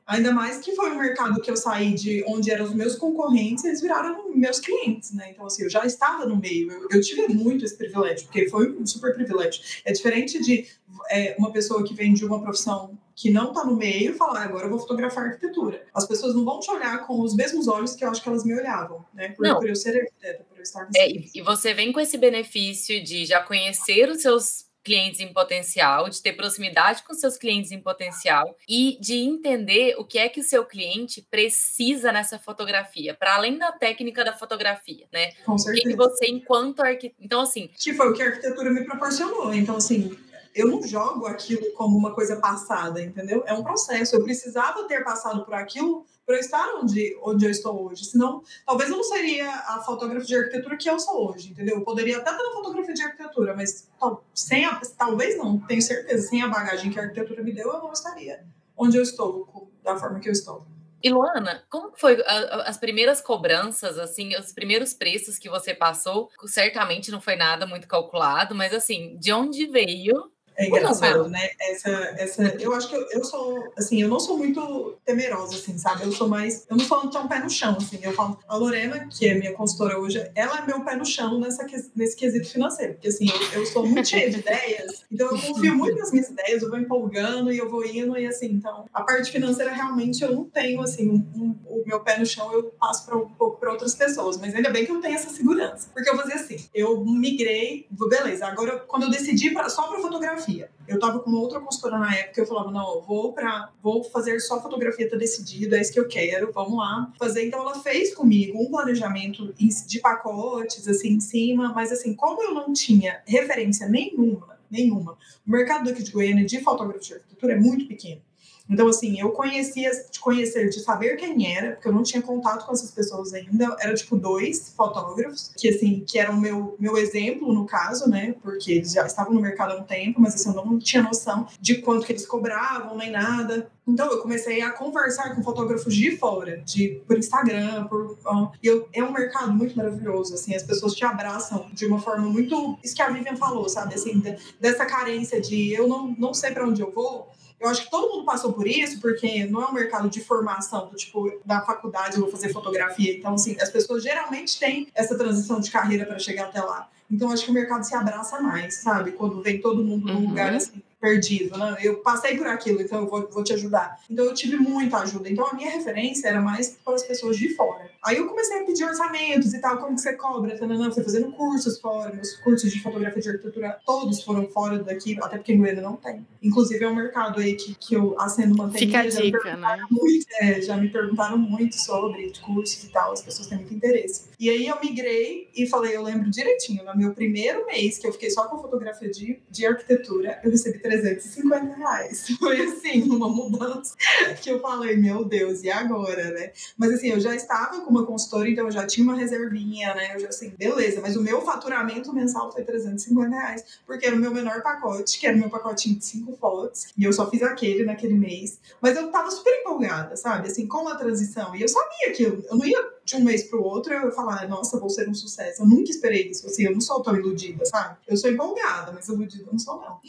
Ainda mais que foi um mercado que eu saí de onde eram os meus concorrentes, eles viraram meus clientes, né? Então, assim, eu já estava no meio. Eu, eu tive muito esse privilégio, porque foi um super privilégio. É diferente de é, uma pessoa que vem de uma profissão que não está no meio e falar, ah, agora eu vou fotografar arquitetura. As pessoas não vão te olhar com os mesmos olhos que eu acho que elas me olhavam, né? Por, por eu ser arquiteta, por eu estar nesse é, e, e você vem com esse benefício de já conhecer os seus clientes em potencial, de ter proximidade com seus clientes em potencial e de entender o que é que o seu cliente precisa nessa fotografia, para além da técnica da fotografia, né? Com certeza. O que, que você, enquanto arquiteto... Então, assim... Que foi o que a arquitetura me proporcionou. Então, assim... eu não jogo aquilo como uma coisa passada, entendeu? É um processo. Eu precisava ter passado por aquilo para eu estar onde, onde eu estou hoje. Senão, talvez eu não seria a fotógrafa de arquitetura que eu sou hoje, entendeu? Eu poderia até estar na fotografia de arquitetura, mas tal, sem a, talvez não, tenho certeza, sem a bagagem que a arquitetura me deu, eu não estaria onde eu estou, da forma que eu estou. E, Luana, como foi a, a, as primeiras cobranças, assim, os primeiros preços que você passou? Certamente não foi nada muito calculado, mas, assim, de onde veio? É engraçado, né? Essa, essa, eu acho que eu, eu sou, assim, eu não sou muito temerosa, assim, sabe? Eu sou mais, eu não sou tão pé no chão, assim. Eu falo, a Lorena, que é minha consultora hoje, ela é meu pé no chão nessa, nesse quesito financeiro. Porque, assim, eu, eu sou muito cheia de ideias, então eu confio muito nas minhas ideias, eu vou empolgando e eu vou indo, e assim, então, a parte financeira realmente eu não tenho, assim, um, um, o meu pé no chão eu passo pra, um pouco para outras pessoas, mas ainda bem que eu tenho essa segurança. Porque eu vou dizer assim, eu migrei, beleza, agora quando eu decidi pra, só pra fotografia, eu tava com uma outra consultora na época, eu falava, não, eu vou, pra, vou fazer só fotografia, tá decidido, é isso que eu quero, vamos lá fazer. Então ela fez comigo um planejamento de pacotes, assim, em cima, mas assim, como eu não tinha referência nenhuma, nenhuma, o mercado daqui de Goiânia de fotógrafo de arquitetura é muito pequeno. Então, assim, eu conhecia, de conhecer, de saber quem era, porque eu não tinha contato com essas pessoas ainda. Era, tipo, dois fotógrafos, que, assim, que eram meu, meu exemplo, no caso, né? Porque eles já estavam no mercado há um tempo, mas, assim, eu não tinha noção de quanto que eles cobravam, nem nada. Então, eu comecei a conversar com fotógrafos de fora, de, por Instagram, por... Uh, e eu, é um mercado muito maravilhoso, assim, as pessoas te abraçam de uma forma muito... Isso que a Vivian falou, sabe? Assim, de, dessa carência de eu não, não sei para onde eu vou. Eu acho que todo mundo passou por isso, porque não é um mercado de formação, do tipo, da faculdade eu vou fazer fotografia. Então, assim, as pessoas geralmente têm essa transição de carreira para chegar até lá. Então, acho que o mercado se abraça mais, sabe? Quando vem todo mundo num uhum. lugar, assim, perdido, né? Eu passei por aquilo, então eu vou, vou te ajudar. Então, eu tive muita ajuda. Então, a minha referência era mais para as pessoas de fora. Aí, eu comecei a pedir orçamentos e tal, como que você cobra? Tanana, você fazendo cursos fora, meus cursos de fotografia de arquitetura, todos foram fora daqui, até porque em Goiânia não tem. Inclusive, é um mercado aí que, que eu acendo mantenho. Fica a dica, né? Muito, é, já me perguntaram muito sobre cursos e tal, as pessoas têm muito interesse. E aí, eu migrei e falei, eu lembro direitinho, no meu primeiro mês, que eu fiquei só com fotografia de, de arquitetura, eu recebi trezentos e cinquenta reais. Foi assim, uma mudança que eu falei, meu Deus, e agora, né? Mas assim, eu já estava com uma consultora, então eu já tinha uma reservinha, né? Eu já assim, beleza, mas o meu faturamento mensal foi trezentos e cinquenta reais, porque era o meu menor pacote, que era o meu pacotinho de cinco fotos, e eu só fiz aquele naquele mês. Mas eu tava super empolgada, sabe? Assim, com a transição. E eu sabia que eu, eu não ia de um mês pro outro eu ia falar, nossa, vou ser um sucesso. Eu nunca esperei isso, assim, eu não sou tão iludida, sabe? Eu sou empolgada, mas iludida eu não sou, não.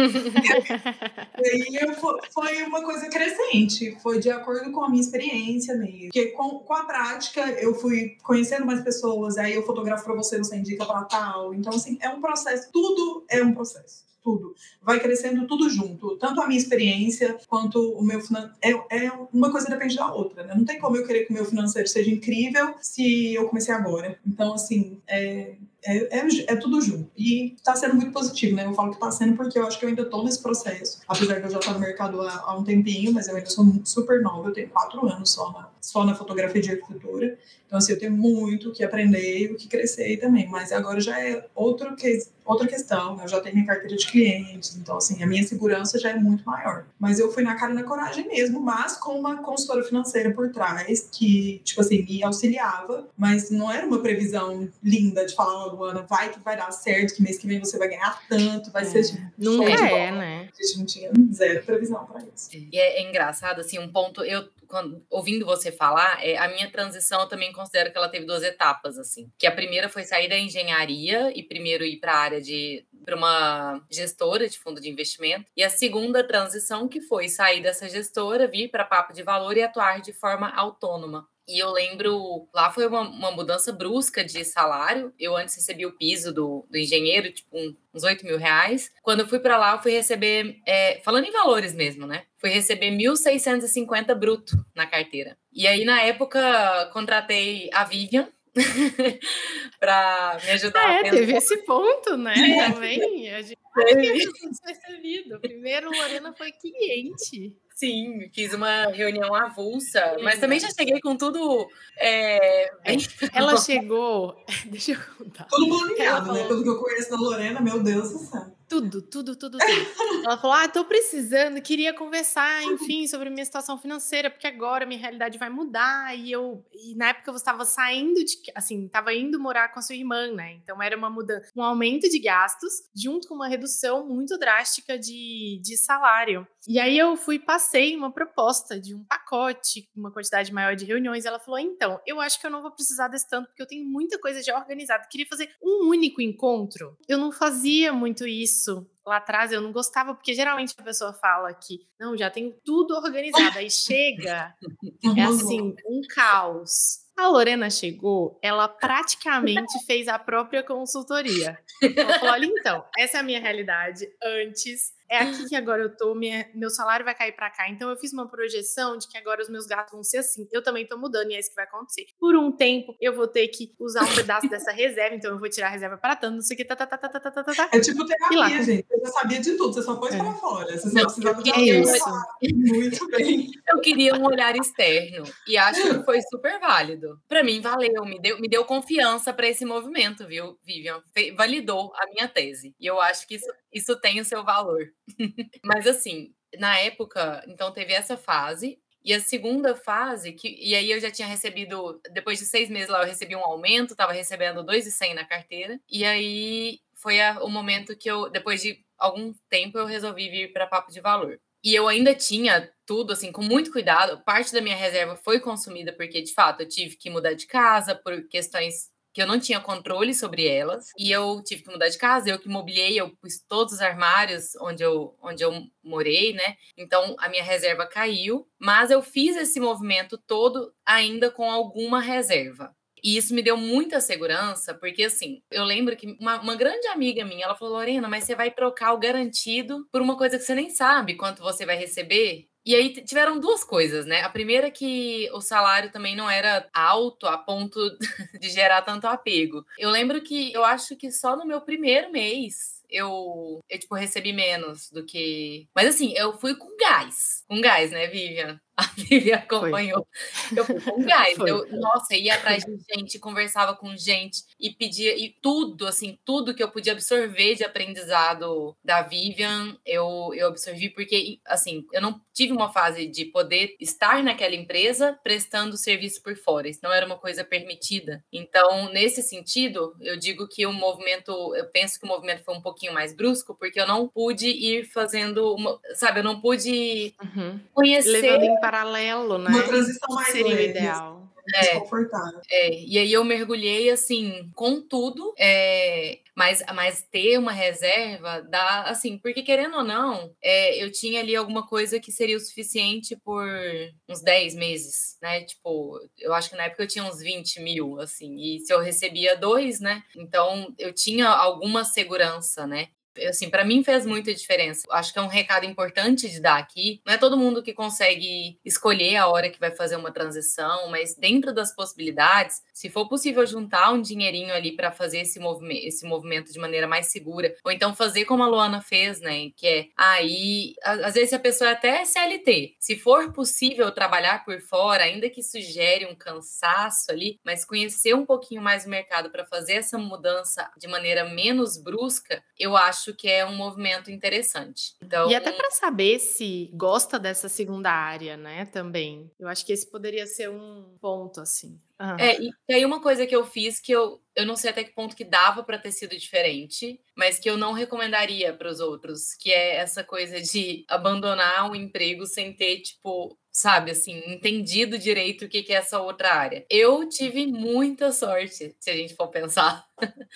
E aí eu, foi uma coisa crescente, foi de acordo com a minha experiência mesmo. Porque com, com a prática eu fui conhecendo mais pessoas, aí eu fotografo pra você, você indica pra tal. Então, assim, é um processo, tudo é um processo. Tudo. Vai crescendo tudo junto. Tanto a minha experiência quanto o meu financeiro. É, é uma coisa depende da outra, né? Não tem como eu querer que o meu financeiro seja incrível se eu comecei agora. Então, assim, é, é, é, é tudo junto. E tá sendo muito positivo, né? Eu falo que tá sendo porque eu acho que eu ainda tô nesse processo. Apesar de eu já estar no mercado há, há um tempinho, mas eu ainda sou super nova. Eu tenho quatro anos só na, só na fotografia de arquitetura. Então, assim, eu tenho muito o que aprender e o que crescer também. Mas agora já é outro que, outra questão. Eu já tenho minha carteira de clientes. Então, assim, a minha segurança já é muito maior. Mas eu fui na cara e na coragem mesmo, mas com uma consultora financeira por trás que, tipo assim, me auxiliava. Mas não era uma previsão linda de falar, ó, Luana, vai que vai dar certo, que mês que vem você vai ganhar tanto, vai é. ser tipo, nunca é, né? A gente não tinha zero previsão para isso. E é, é engraçado, assim, um ponto... eu Quando, ouvindo você falar, é, a minha transição eu também considero que ela teve duas etapas, assim. Que a primeira foi sair da engenharia e primeiro ir para a área de, para uma gestora de fundo de investimento. E a segunda transição que foi sair dessa gestora, vir para Papo de Valor e atuar de forma autônoma. E eu lembro, lá foi uma, uma mudança brusca de salário. Eu antes recebia o piso do, do engenheiro, tipo um, uns oito mil reais. Quando eu fui para lá, eu fui receber, é, falando em valores mesmo, né? Fui receber mil seiscentos e cinquenta bruto na carteira. E aí, na época, contratei a Vivian para me ajudar ah, a é, pensar. Teve esse ponto, né? É. Também. A gente acho que é despercebido. Primeiro, Lorena foi cliente. Sim, fiz uma reunião avulsa, mas também já cheguei com tudo é, bem... Ela chegou... Deixa eu contar. Tudo planeado, falou... né? Pelo que eu conheço da Lorena, meu Deus do céu. Tudo, tudo, tudo, tudo. Ela falou, ah, tô precisando, queria conversar, enfim, sobre minha situação financeira, porque agora minha realidade vai mudar, e eu, e na época eu estava saindo de, assim, estava indo morar com a sua irmã, né, então era uma mudança, um aumento de gastos, junto com uma redução muito drástica de, de salário. E aí eu fui, passei uma proposta de um pacote, uma quantidade maior de reuniões, ela falou, então, eu acho que eu não vou precisar desse tanto, porque eu tenho muita coisa já organizada, queria fazer um único encontro. Eu não fazia muito isso lá atrás, eu não gostava, porque geralmente a pessoa fala que, não, já tenho tudo organizado, aí chega, é assim, um caos. A Lorena chegou, ela praticamente fez a própria consultoria. Ela falou, olha, então, essa é a minha realidade antes, é aqui que agora eu tô, minha, meu salário vai cair pra cá, então eu fiz uma projeção de que agora os meus gastos vão ser assim, eu também tô mudando e é isso que vai acontecer. Por um tempo, eu vou ter que usar um pedaço dessa reserva, então eu vou tirar a reserva para tanto, não sei o que, tá, tá, tá, tá, tá, tá, tá. É tipo terapia, gente, você já sabia de tudo, você só pôs é. para fora, você só não, precisava de é alguém isso. Muito bem. Eu queria um olhar externo e acho que foi super válido. Para mim, valeu, me deu, me deu confiança para esse movimento, viu, Vivian? Validou a minha tese. E eu acho que isso, isso tem o seu valor. Mas assim, na época, então teve essa fase. E a segunda fase, que, e aí eu já tinha recebido, depois de seis meses lá, eu recebi um aumento, estava recebendo dois mil e cem na carteira. E aí foi a, o momento que eu, depois de algum tempo, eu resolvi vir para Papo de Valor. E eu ainda tinha tudo, assim, com muito cuidado. Parte da minha reserva foi consumida porque, de fato, eu tive que mudar de casa por questões que eu não tinha controle sobre elas. E eu tive que mudar de casa, eu que mobiliei, eu pus todos os armários onde eu, onde eu morei, né? Então, a minha reserva caiu. Mas eu fiz esse movimento todo ainda com alguma reserva. E isso me deu muita segurança, porque, assim, eu lembro que uma, uma grande amiga minha, ela falou, Lorena, mas você vai trocar o garantido por uma coisa que você nem sabe quanto você vai receber? E aí tiveram duas coisas, né? A primeira é que o salário também não era alto a ponto de gerar tanto apego. Eu lembro que, eu acho que só no meu primeiro mês, eu, eu tipo, recebi menos do que... Mas, assim, eu fui com gás. Com gás, né, Vivian? A Vivian acompanhou. Foi. Eu fui com gás. Eu, nossa, ia atrás de gente, conversava com gente e pedia, e tudo, assim, tudo que eu podia absorver de aprendizado da Vivian, eu, eu absorvi, porque, assim, eu não tive uma fase de poder estar naquela empresa prestando serviço por fora. Isso não era uma coisa permitida. Então, nesse sentido, eu digo que o movimento, eu penso que o movimento foi um pouquinho mais brusco, porque eu não pude ir fazendo, uma, sabe, eu não pude uhum. conhecer... Levando em paralelo, né? Uma transição mais seria leve, o ideal. É, desconfortável. É, e aí eu mergulhei, assim, com tudo, é, mas, mas ter uma reserva dá, assim, porque querendo ou não, é, eu tinha ali alguma coisa que seria o suficiente por uns dez meses, né? Tipo, eu acho que na época eu tinha uns vinte mil, assim, e se eu recebia dois, né? Então eu tinha alguma segurança, né? Assim, para mim fez muita diferença. Acho que é um recado importante de dar aqui. Não é todo mundo que consegue escolher a hora que vai fazer uma transição, mas dentro das possibilidades, se for possível juntar um dinheirinho ali para fazer esse movimento, esse movimento de maneira mais segura, ou então fazer como a Luana fez, né? Que é aí, às vezes a pessoa é até C L T. Se for possível trabalhar por fora, ainda que isso gere um cansaço ali, mas conhecer um pouquinho mais o mercado para fazer essa mudança de maneira menos brusca, eu acho que é um movimento interessante. Então, e até para saber se gosta dessa segunda área, né, também. Eu acho que esse poderia ser um ponto, assim. Uhum. É, e aí uma coisa que eu fiz que eu, eu não sei até que ponto que dava para ter sido diferente, mas que eu não recomendaria para os outros, que é essa coisa de abandonar um emprego sem ter, tipo, sabe, assim, entendido direito o que, que é essa outra área. Eu tive muita sorte, se a gente for pensar.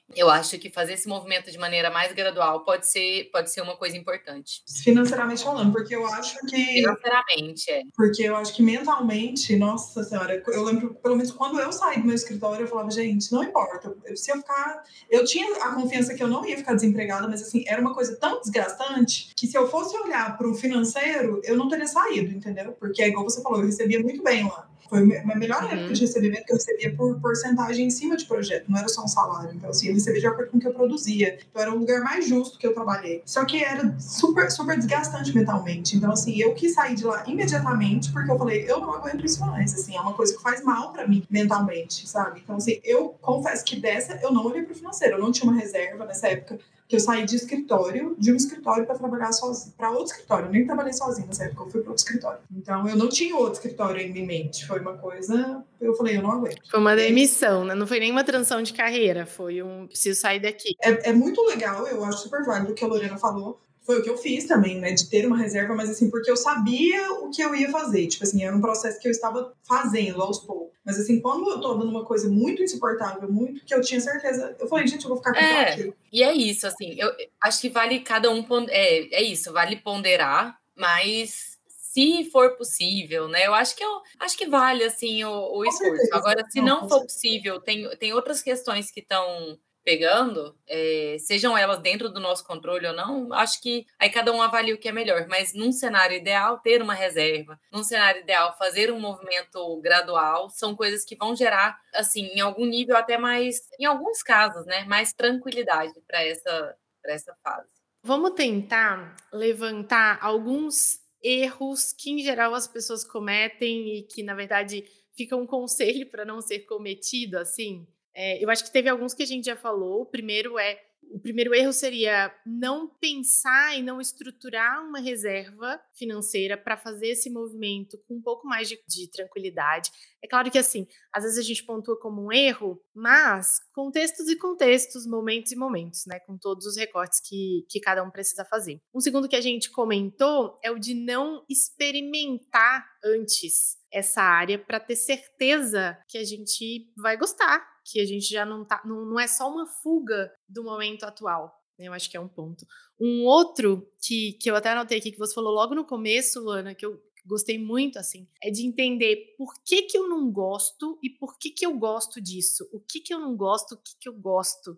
eu acho que fazer esse movimento de maneira mais gradual pode ser, pode ser uma coisa importante. Financeiramente falando, porque eu acho que... Financeiramente, é. Porque eu acho que mentalmente, nossa senhora, eu lembro, pelo menos quando eu saí do meu escritório, eu falava, gente, não importa, se eu ficar... Eu tinha a confiança que eu não ia ficar desempregada, mas assim, era uma coisa tão desgastante que se eu fosse olhar para o financeiro, eu não teria saído, entendeu? Porque é igual você falou, eu recebia muito bem lá. Foi a melhor Uhum. época de recebimento que eu recebia por porcentagem em cima de projeto, não era só um salário. Então, assim, eu recebia de acordo com o que eu produzia. Então, era o lugar mais justo que eu trabalhei. Só que era super, super desgastante mentalmente. Então, assim, eu quis sair de lá imediatamente, porque eu falei, eu não aguento isso mais. Assim, é uma coisa que faz mal pra mim mentalmente, sabe? Então, assim, eu confesso que dessa eu não olhei pro financeiro. Eu não tinha uma reserva nessa época. Que eu saí de escritório, de um escritório para trabalhar sozinho, para outro escritório. Eu nem trabalhei sozinha nessa época, eu fui para outro escritório. Então, eu não tinha outro escritório ainda em mente. Foi uma coisa, eu falei, eu não aguento. Foi uma demissão, né? Não foi nem uma transição de carreira, foi um, preciso sair daqui. É, é muito legal, eu acho super válido o que a Lorena falou. Foi o que eu fiz também, né? De ter uma reserva, mas assim, porque eu sabia o que eu ia fazer. Tipo assim, era um processo que eu estava fazendo aos poucos. Mas assim, quando eu tô dando uma coisa muito insuportável, muito, que eu tinha certeza... Eu falei, gente, eu vou ficar com isso É, aqui. e é isso, assim, eu acho que vale cada um... pon- É, é isso, vale ponderar, mas se for possível, né? Eu acho que, eu, acho que vale, assim, o, o Com esforço. certeza. Agora, se Não, não com for certeza. possível, tem, tem outras questões que estão pegando, é, sejam elas dentro do nosso controle ou não, acho que aí cada um avalia o que é melhor, mas num cenário ideal, ter uma reserva, num cenário ideal, fazer um movimento gradual, são coisas que vão gerar, assim, em algum nível até mais, em alguns casos, né, mais tranquilidade para essa, para essa fase. Vamos tentar levantar alguns erros que, em geral, as pessoas cometem e que, na verdade, fica um conselho para não ser cometido, assim. É, eu acho que teve alguns que a gente já falou. O primeiro é o primeiro erro seria não pensar e não estruturar uma reserva financeira para fazer esse movimento com um pouco mais de, de tranquilidade. É claro que, assim, às vezes a gente pontua como um erro, mas contextos e contextos, momentos e momentos, né? Com todos os recortes que, que cada um precisa fazer. Um segundo que a gente comentou é o de não experimentar antes essa área para ter certeza que a gente vai gostar, que a gente já não tá, não, não é só uma fuga do momento atual. Eu acho que é um ponto. Um outro que, que eu até anotei aqui, que você falou logo no começo, Luana, que eu gostei muito, assim, é de entender por que que eu não gosto e por que que eu gosto disso. O que que eu não gosto, o que que eu gosto.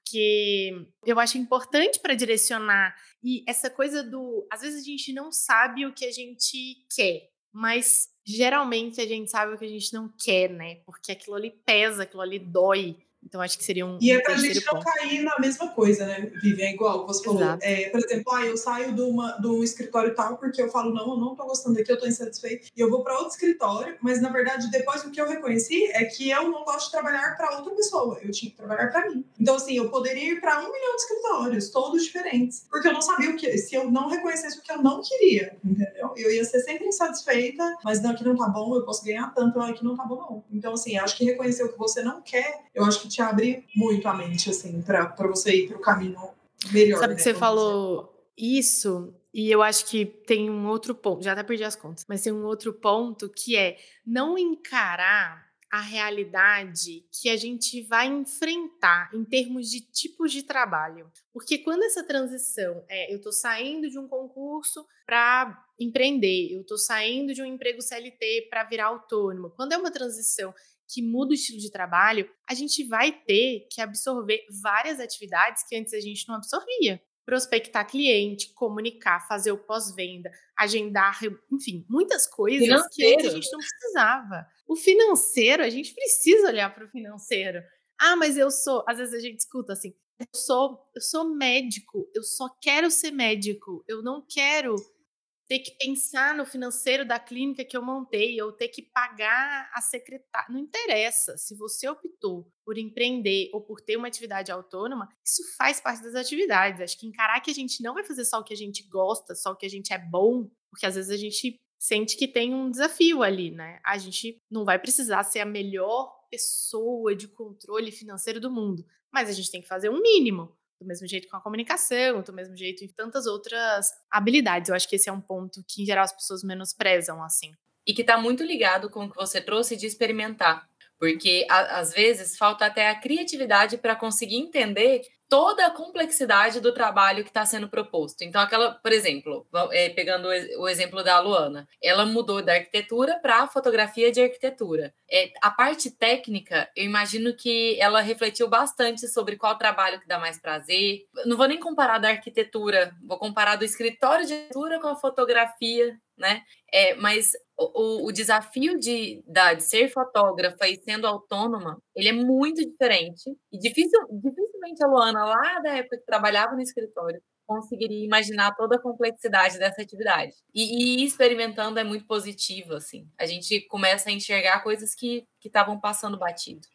Porque eu acho importante para direcionar. E essa coisa do... Às vezes a gente não sabe o que a gente quer, mas geralmente a gente sabe o que a gente não quer, né? Porque aquilo ali pesa, aquilo ali dói. Então, acho que seria um, E um é pra terceiro gente não ponto. cair na mesma coisa, né, Vivian? É igual você falou. Exato. É, por exemplo, ah, eu saio de, uma, de um escritório tal porque eu falo, não, eu não tô gostando daqui, eu tô insatisfeito. E eu vou para outro escritório, mas na verdade, depois o que eu reconheci é que eu não gosto de trabalhar para outra pessoa. Eu tinha que trabalhar para mim. Então, assim, eu poderia ir para um milhão de escritórios, todos diferentes. Porque eu não sabia o que... Se eu não reconhecesse o que eu não queria, entendeu? Eu ia ser sempre insatisfeita, mas não, aqui não tá bom, eu posso ganhar tanto, aqui não tá bom, não. Então, assim, acho que reconhecer o que você não quer, eu acho que te abre muito a mente, assim, pra, pra você ir pro caminho melhor. Sabe né, que você vamos dizer. falou isso, e eu acho que tem um outro ponto, já até perdi as contas, mas tem um outro ponto que é não encarar a realidade que a gente vai enfrentar em termos de tipos de trabalho. Porque quando essa transição é, eu tô saindo de um concurso para empreender, eu tô saindo de um emprego C L T para virar autônomo, quando é uma transição que muda o estilo de trabalho, a gente vai ter que absorver várias atividades que antes a gente não absorvia. Prospectar cliente, comunicar, fazer o pós-venda, agendar, enfim, muitas coisas que antes a Financeiro. gente não precisava. O financeiro, a gente precisa olhar para o financeiro. Ah, mas eu sou, às vezes a gente escuta assim, eu sou, eu sou médico, eu só quero ser médico, eu não quero ter que pensar no financeiro da clínica que eu montei, ou ter que pagar a secretária. Não interessa. Se você optou por empreender ou por ter uma atividade autônoma, isso faz parte das atividades. Acho que encarar que a gente não vai fazer só o que a gente gosta, só o que a gente é bom, porque às vezes a gente sente que tem um desafio ali, né? A gente não vai precisar ser a melhor pessoa de controle financeiro do mundo, mas a gente tem que fazer um mínimo. Do mesmo jeito com a comunicação, do mesmo jeito em tantas outras habilidades. Eu acho que esse é um ponto que, em geral, as pessoas menosprezam, assim. E que está muito ligado com o que você trouxe de experimentar. Porque, a, às vezes, falta até a criatividade para conseguir entender toda a complexidade do trabalho que está sendo proposto. Então, aquela, por exemplo, é, pegando o, o exemplo da Luana, ela mudou da arquitetura para a fotografia de arquitetura. É, a parte técnica, eu imagino que ela refletiu bastante sobre qual trabalho que dá mais prazer. Não vou nem comparar da arquitetura, vou comparar do escritório de arquitetura com a fotografia, né? É, mas o, o desafio de, da, de ser fotógrafa e sendo autônoma, ele é muito diferente. E difícil, dificilmente a Luana, lá da época que trabalhava no escritório, conseguiria imaginar toda a complexidade dessa atividade. E, e experimentando é muito positivo, assim. A gente começa a enxergar coisas que estavam passando batido.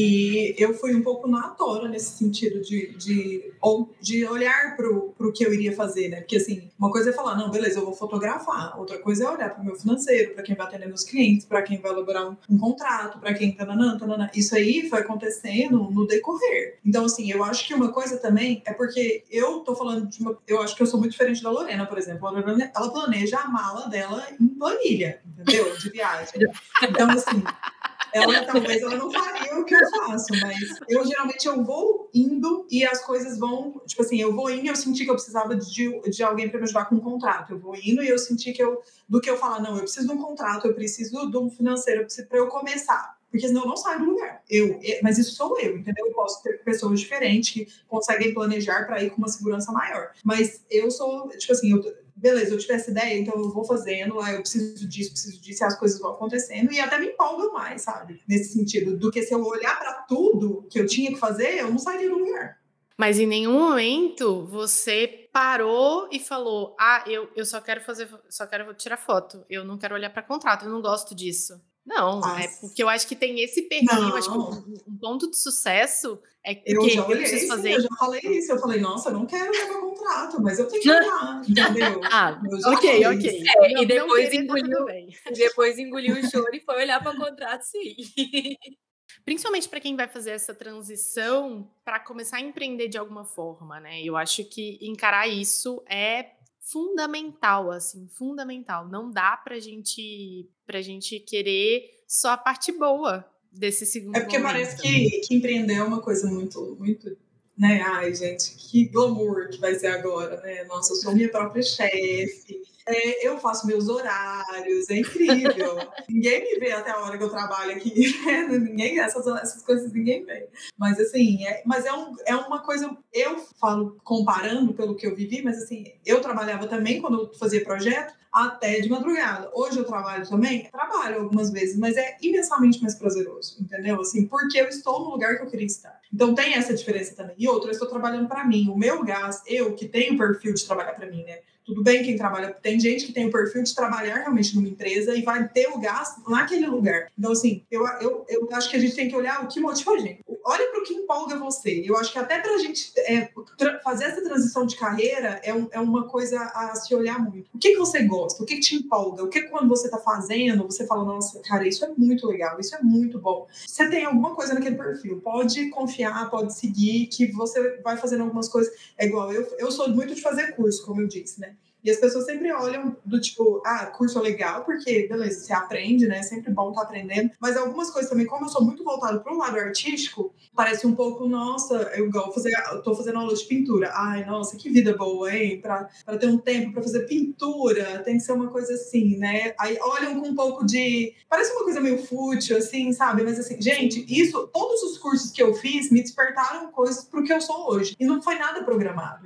E eu fui um pouco na tora nesse sentido de, de, de olhar para o que eu iria fazer, né? Porque, assim, uma coisa é falar, não, beleza, eu vou fotografar. Outra coisa é olhar para o meu financeiro, para quem vai atender meus clientes, para quem vai elaborar um, um contrato, para quem tananã, tananã. Isso aí foi acontecendo no decorrer. Então, assim, eu acho que uma coisa também é porque eu tô falando de uma... Eu acho que eu sou muito diferente da Lorena, por exemplo. A Lorena, ela planeja a mala dela em planilha, entendeu? De viagem. Então, assim... Ela talvez ela não faria o que eu faço, mas eu geralmente eu vou indo e as coisas vão, tipo assim, eu vou indo e eu senti que eu precisava de, de alguém para me ajudar com um contrato. Eu vou indo e eu senti que eu, do que eu falar, não, eu preciso de um contrato, eu preciso de um financeiro para eu começar. Porque senão eu não saio do lugar. Eu, mas isso sou eu, entendeu? Eu posso ter pessoas diferentes que conseguem planejar para ir com uma segurança maior. Mas eu sou, tipo assim, eu, beleza, eu tive essa ideia, então eu vou fazendo, ah, eu preciso disso, preciso disso, e as coisas vão acontecendo, e até me empolgam mais, sabe? Nesse sentido, do que se eu olhar para tudo que eu tinha que fazer, eu não sairia do lugar. Mas em nenhum momento você parou e falou, ah, eu, eu só quero fazer, só quero tirar foto, eu não quero olhar para contrato, eu não gosto disso. Não, Nossa. É porque eu acho que tem esse perfil, não. Acho que um, um ponto de sucesso é que eu já olhei, eu preciso fazer... sim, eu já falei isso, eu falei, nossa, eu não quero levar contrato, mas eu tenho que olhar, entendeu? Ah, ok, ok. É, não, e depois querendo, engoliu, e depois engoliu o choro e foi olhar para o contrato, sim. Principalmente para quem vai fazer essa transição para começar a empreender de alguma forma, né? Eu acho que encarar isso é fundamental, assim, fundamental. Não dá pra gente, pra gente querer só a parte boa desse segundo momento. É porque momento. Parece que, que empreender é uma coisa muito, muito, né? Ai, gente, que glamour que vai ser agora, né? Nossa, eu sou minha própria chefe. É, eu faço meus horários, é incrível. Ninguém me vê até a hora que eu trabalho aqui. ninguém, essas, essas coisas ninguém vê. Mas assim, é, mas é, um, é uma coisa, eu falo comparando pelo que eu vivi, mas assim, eu trabalhava também quando eu fazia projeto, até de madrugada. Hoje eu trabalho também, trabalho algumas vezes, mas é imensamente mais prazeroso, entendeu? Assim, porque eu estou no lugar que eu queria estar. Então tem essa diferença também. E outra, eu estou trabalhando para mim. O meu gás, eu que tenho o perfil de trabalhar para mim, né? Tudo bem quem trabalha, tem gente que tem o perfil de trabalhar realmente numa empresa e vai ter o gasto naquele lugar. Então, assim, eu, eu, eu acho que a gente tem que olhar o que motiva a gente. Olha para o que empolga você. Eu acho que até para a gente é, tra- fazer essa transição de carreira é, um, é uma coisa a se olhar muito. O que, que você gosta? O que, que te empolga? O que quando você está fazendo, você fala, nossa, cara, isso é muito legal, isso é muito bom. Você tem alguma coisa naquele perfil, pode confiar, pode seguir, que você vai fazendo algumas coisas. É igual, eu, eu sou muito de fazer curso, como eu disse, né? E as pessoas sempre olham do tipo, ah, curso é legal, porque, beleza, você aprende, né? É sempre bom estar aprendendo. Mas algumas coisas também, como eu sou muito voltada para o lado artístico, parece um pouco, nossa, eu igual fazer, eu tô fazendo aula de pintura. Ai, nossa, que vida boa, hein? Para ter um tempo para fazer pintura, tem que ser uma coisa assim, né? Aí olham com um pouco de... Parece uma coisa meio fútil, assim, sabe? Mas assim, gente, isso, todos os cursos que eu fiz me despertaram coisas pro que eu sou hoje. E não foi nada programado.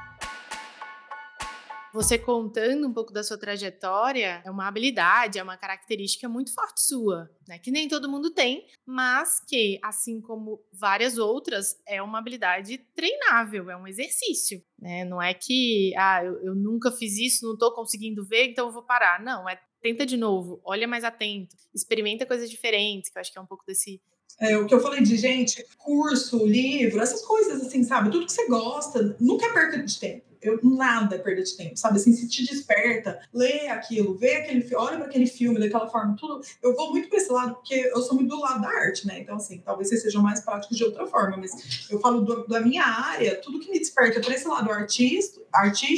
Você contando um pouco da sua trajetória é uma habilidade, é uma característica muito forte sua, né? Que nem todo mundo tem, mas que, assim como várias outras, é uma habilidade treinável, é um exercício, né? Não é que, ah, eu, eu nunca fiz isso, não estou conseguindo ver, então eu vou parar. Não, é tenta de novo, olha mais atento, experimenta coisas diferentes, que eu acho que é um pouco desse... É, o que eu falei de, gente, curso, livro, essas coisas assim, sabe? Tudo que você gosta, nunca é perda de tempo. Eu, nada é perda de tempo, sabe? Assim, se te desperta, lê aquilo, vê aquele filme, olha para aquele filme daquela forma, tudo. Eu vou muito para esse lado, porque eu sou muito do lado da arte, né? Então, assim, talvez vocês sejam mais práticos de outra forma, mas eu falo do, da minha área, tudo que me desperta para esse lado artístico, artístico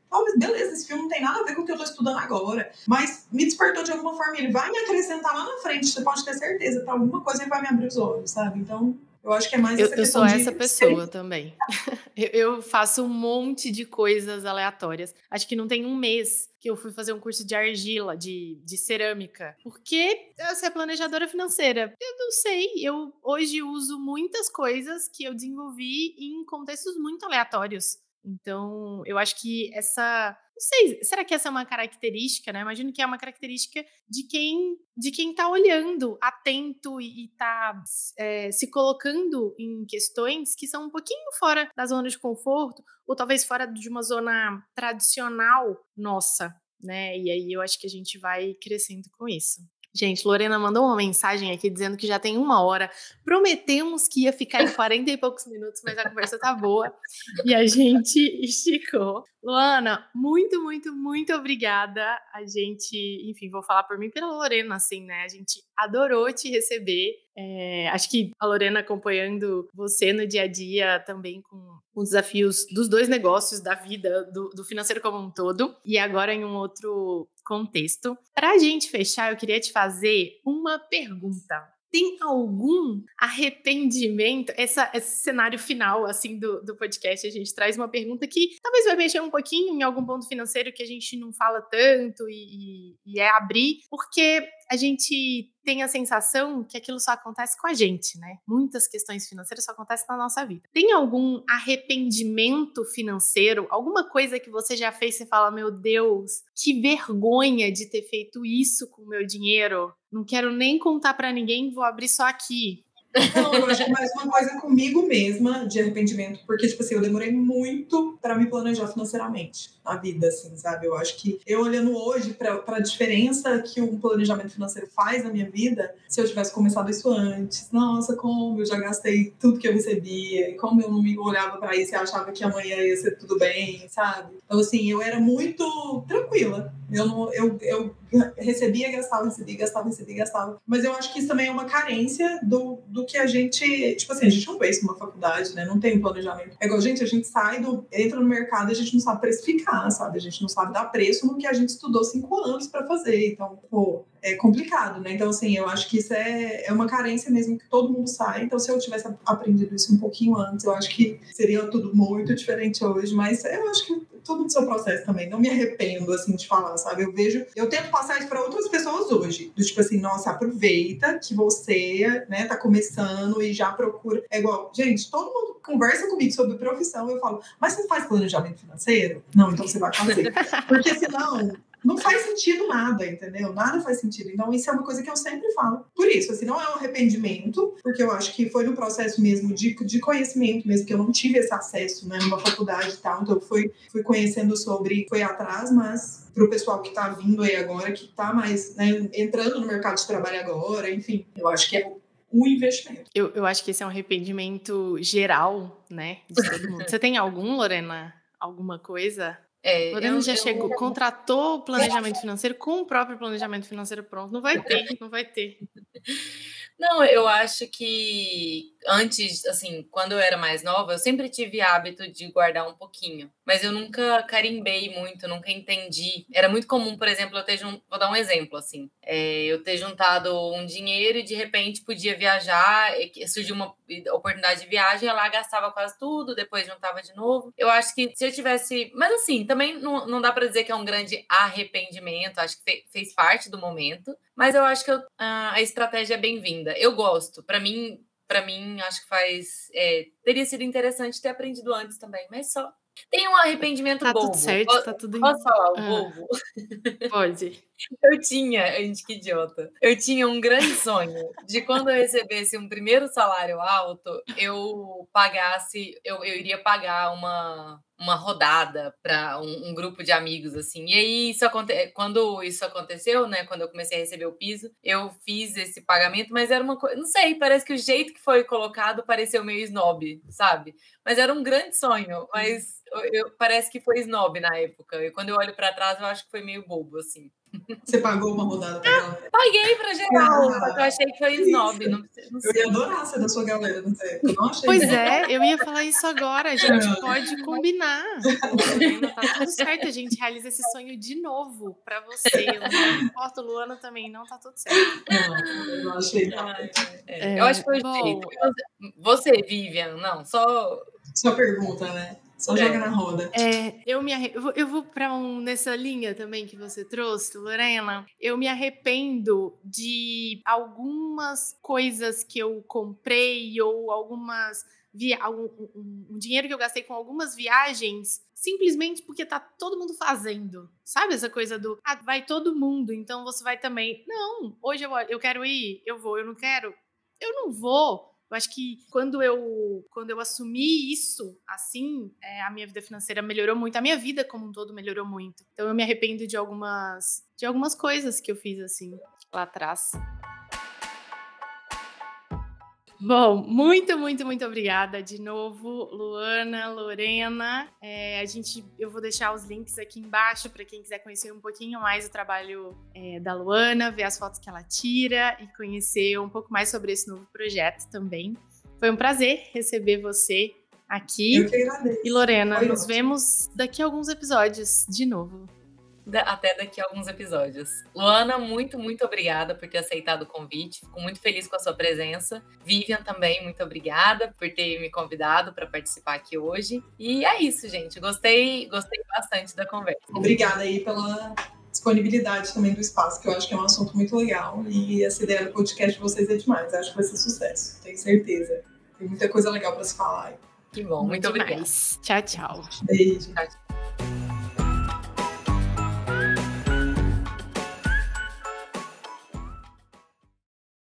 Oh, mas beleza, esse filme não tem nada a ver com o que eu tô estudando agora, mas me despertou de alguma forma, ele vai me acrescentar lá na frente, você pode ter certeza, pra alguma coisa ele vai me abrir os olhos, sabe? Então, eu acho que é mais Eu, essa eu questão sou de... essa pessoa também. Eu, eu faço um monte de coisas aleatórias. Acho que não tem um mês que eu fui fazer um curso de argila, de, de cerâmica. Porque eu sou planejadora financeira. Eu não sei. Eu hoje uso muitas coisas que eu desenvolvi em contextos muito aleatórios. Então, eu acho que essa... Não sei, será que essa é uma característica, né? Imagino que é uma característica de quem de quem tá olhando, atento e, e tá é, se colocando em questões que são um pouquinho fora da zona de conforto, ou talvez fora de uma zona tradicional nossa, né? E aí eu acho que a gente vai crescendo com isso. Gente, Lorena mandou uma mensagem aqui dizendo que já tem uma hora. Prometemos que ia ficar em quarenta e poucos minutos, mas a conversa tá boa e a gente esticou. Luana, muito, muito, muito obrigada. A gente, enfim, vou falar por mim e pela Lorena, assim, né? A gente adorou te receber. É, acho que a Lorena acompanhando você no dia a dia também com os desafios dos dois negócios, da vida, do, do financeiro como um todo, e agora em um outro contexto. Para a gente fechar, eu queria te fazer uma pergunta. Tem algum arrependimento? Essa, esse cenário final, assim, do, do podcast, a gente traz uma pergunta que talvez vai mexer um pouquinho em algum ponto financeiro que a gente não fala tanto e, e, e é abrir, porque a gente tem a sensação que aquilo só acontece com a gente, né? Muitas questões financeiras só acontecem na nossa vida. Tem algum arrependimento financeiro? Alguma coisa que você já fez e você fala, meu Deus, que vergonha de ter feito isso com o meu dinheiro? Não quero nem contar pra ninguém, vou abrir só aqui. Não, eu acho que mais uma coisa comigo mesma de arrependimento, porque, tipo assim, eu demorei muito pra me planejar financeiramente na vida, assim, sabe? Eu acho que eu olhando hoje pra, pra diferença que um planejamento financeiro faz na minha vida, se eu tivesse começado isso antes, nossa, como eu já gastei tudo que eu recebia, e como eu não me olhava pra isso e achava que amanhã ia ser tudo bem, sabe? Então, assim, eu era muito tranquila. Eu, não, eu, eu recebia, gastava, recebia, gastava, recebia, gastava. Mas eu acho que isso também é uma carência do, do que a gente... Tipo assim, a gente não fez uma faculdade, né? Não tem um planejamento. É igual, gente, a gente sai, do, entra no mercado e a gente não sabe precificar, sabe? A gente não sabe dar preço no que a gente estudou cinco anos pra fazer. Então, pô, é complicado, né? Então, assim, eu acho que isso é, é uma carência mesmo que todo mundo sai. Então, se eu tivesse aprendido isso um pouquinho antes, eu acho que seria tudo muito diferente hoje. Mas eu acho que tudo no seu processo também. Não me arrependo, assim, de falar, sabe? Eu vejo... Eu tento passar isso para outras pessoas hoje. Do tipo assim, nossa, aproveita que você, né, tá começando e já procura... É igual, gente, todo mundo conversa comigo sobre profissão, eu falo, mas você faz planejamento financeiro? Não, então você vai fazer. Porque senão... Não faz sentido nada, entendeu? Nada faz sentido. Então, isso é uma coisa que eu sempre falo. Por isso, assim, não é um arrependimento, porque eu acho que foi no processo mesmo de, de conhecimento mesmo, que eu não tive esse acesso, né, numa faculdade e tal. Então, eu fui, fui conhecendo sobre, fui atrás, mas pro pessoal que tá vindo aí agora, que tá mais, né, entrando no mercado de trabalho agora, enfim, eu acho que é o investimento. Eu, eu acho que esse é um arrependimento geral, né, de todo mundo. Você tem algum, Lorena? Alguma coisa? É, Lorena eu, já eu... chegou, contratou o planejamento financeiro com o próprio planejamento financeiro pronto. Não vai ter, não vai ter. Não, eu acho que antes, assim, quando eu era mais nova, eu sempre tive hábito de guardar um pouquinho. Mas eu nunca carimbei muito, nunca entendi. Era muito comum, por exemplo, eu ter juntado... Vou dar um exemplo, assim. É, eu ter juntado um dinheiro e, de repente, podia viajar, surgiu uma oportunidade de viagem, eu lá gastava quase tudo, depois juntava de novo. Eu acho que se eu tivesse... Mas, assim, também não, não dá pra dizer que é um grande arrependimento. Acho que fez parte do momento. Mas eu acho que eu, a estratégia é bem-vinda. Eu gosto. Para mim, para mim, acho que faz... É, teria sido interessante ter aprendido antes também, mas só... Tem um arrependimento Tá bobo. tudo certo, tá tudo... Posso falar o ah, bobo? Pode. Eu tinha... Gente, que idiota. Eu tinha um grande sonho de quando eu recebesse um primeiro salário alto, eu pagasse... Eu, eu iria pagar uma... uma rodada para um, um grupo de amigos, assim. E aí, isso aconte... quando isso aconteceu, né, quando eu comecei a receber o piso, eu fiz esse pagamento, mas era uma coisa... Não sei, parece que o jeito que foi colocado pareceu meio snob, sabe? Mas era um grande sonho, mas eu, parece que foi snob na época. E quando eu olho para trás, eu acho que foi meio bobo, assim. Você pagou uma rodada pra galera? Paguei pra geral, ah, só que eu achei que foi snob. Não, não eu ia adorar ser da sua galera, não sei. Eu não achei pois isso. é, eu ia falar isso agora. A gente é. pode combinar. Não tá tudo certo, a gente realiza esse sonho de novo pra você. Eu não importo, Luana também, não tá tudo certo. Não, eu não achei nada. É, é, eu acho que foi bom. Você, Vivian, não, só... Só pergunta, né? Só é. joga na roda. É, eu me arre... eu vou, eu vou para um nessa linha também que você trouxe, Lorena. Eu me arrependo de algumas coisas que eu comprei ou algumas via... algum, um, um dinheiro que eu gastei com algumas viagens simplesmente porque tá todo mundo fazendo. Sabe essa coisa do ah, vai todo mundo, então você vai também. Não, hoje eu, eu quero ir, eu vou, eu não quero, eu não vou. Eu acho que quando eu, quando eu assumi isso, assim, é, a minha vida financeira melhorou muito. A minha vida como um todo melhorou muito. Então eu me arrependo de algumas, de algumas coisas que eu fiz, assim, lá atrás. Bom, muito, muito, muito obrigada de novo, Luana, Lorena. É, a gente, eu vou deixar os links aqui embaixo para quem quiser conhecer um pouquinho mais o trabalho é, da Luana, ver as fotos que ela tira e conhecer um pouco mais sobre esse novo projeto também. Foi um prazer receber você aqui. Eu que agradeço. E Lorena, Foi nos ótimo. Vemos daqui a alguns episódios de novo. Até daqui a alguns episódios. Luana, muito, muito obrigada por ter aceitado o convite. Fico muito feliz com a sua presença. Vivian também, muito obrigada por ter me convidado para participar aqui hoje. E é isso, gente. Gostei, gostei bastante da conversa. Obrigada aí pela disponibilidade também do espaço, que eu acho que é um assunto muito legal. E essa ideia do podcast de vocês é demais. Acho que vai ser sucesso, tenho certeza. Tem muita coisa legal para se falar. Que bom, muito, muito obrigada. Tchau, tchau. Beijo. Tchau, tchau.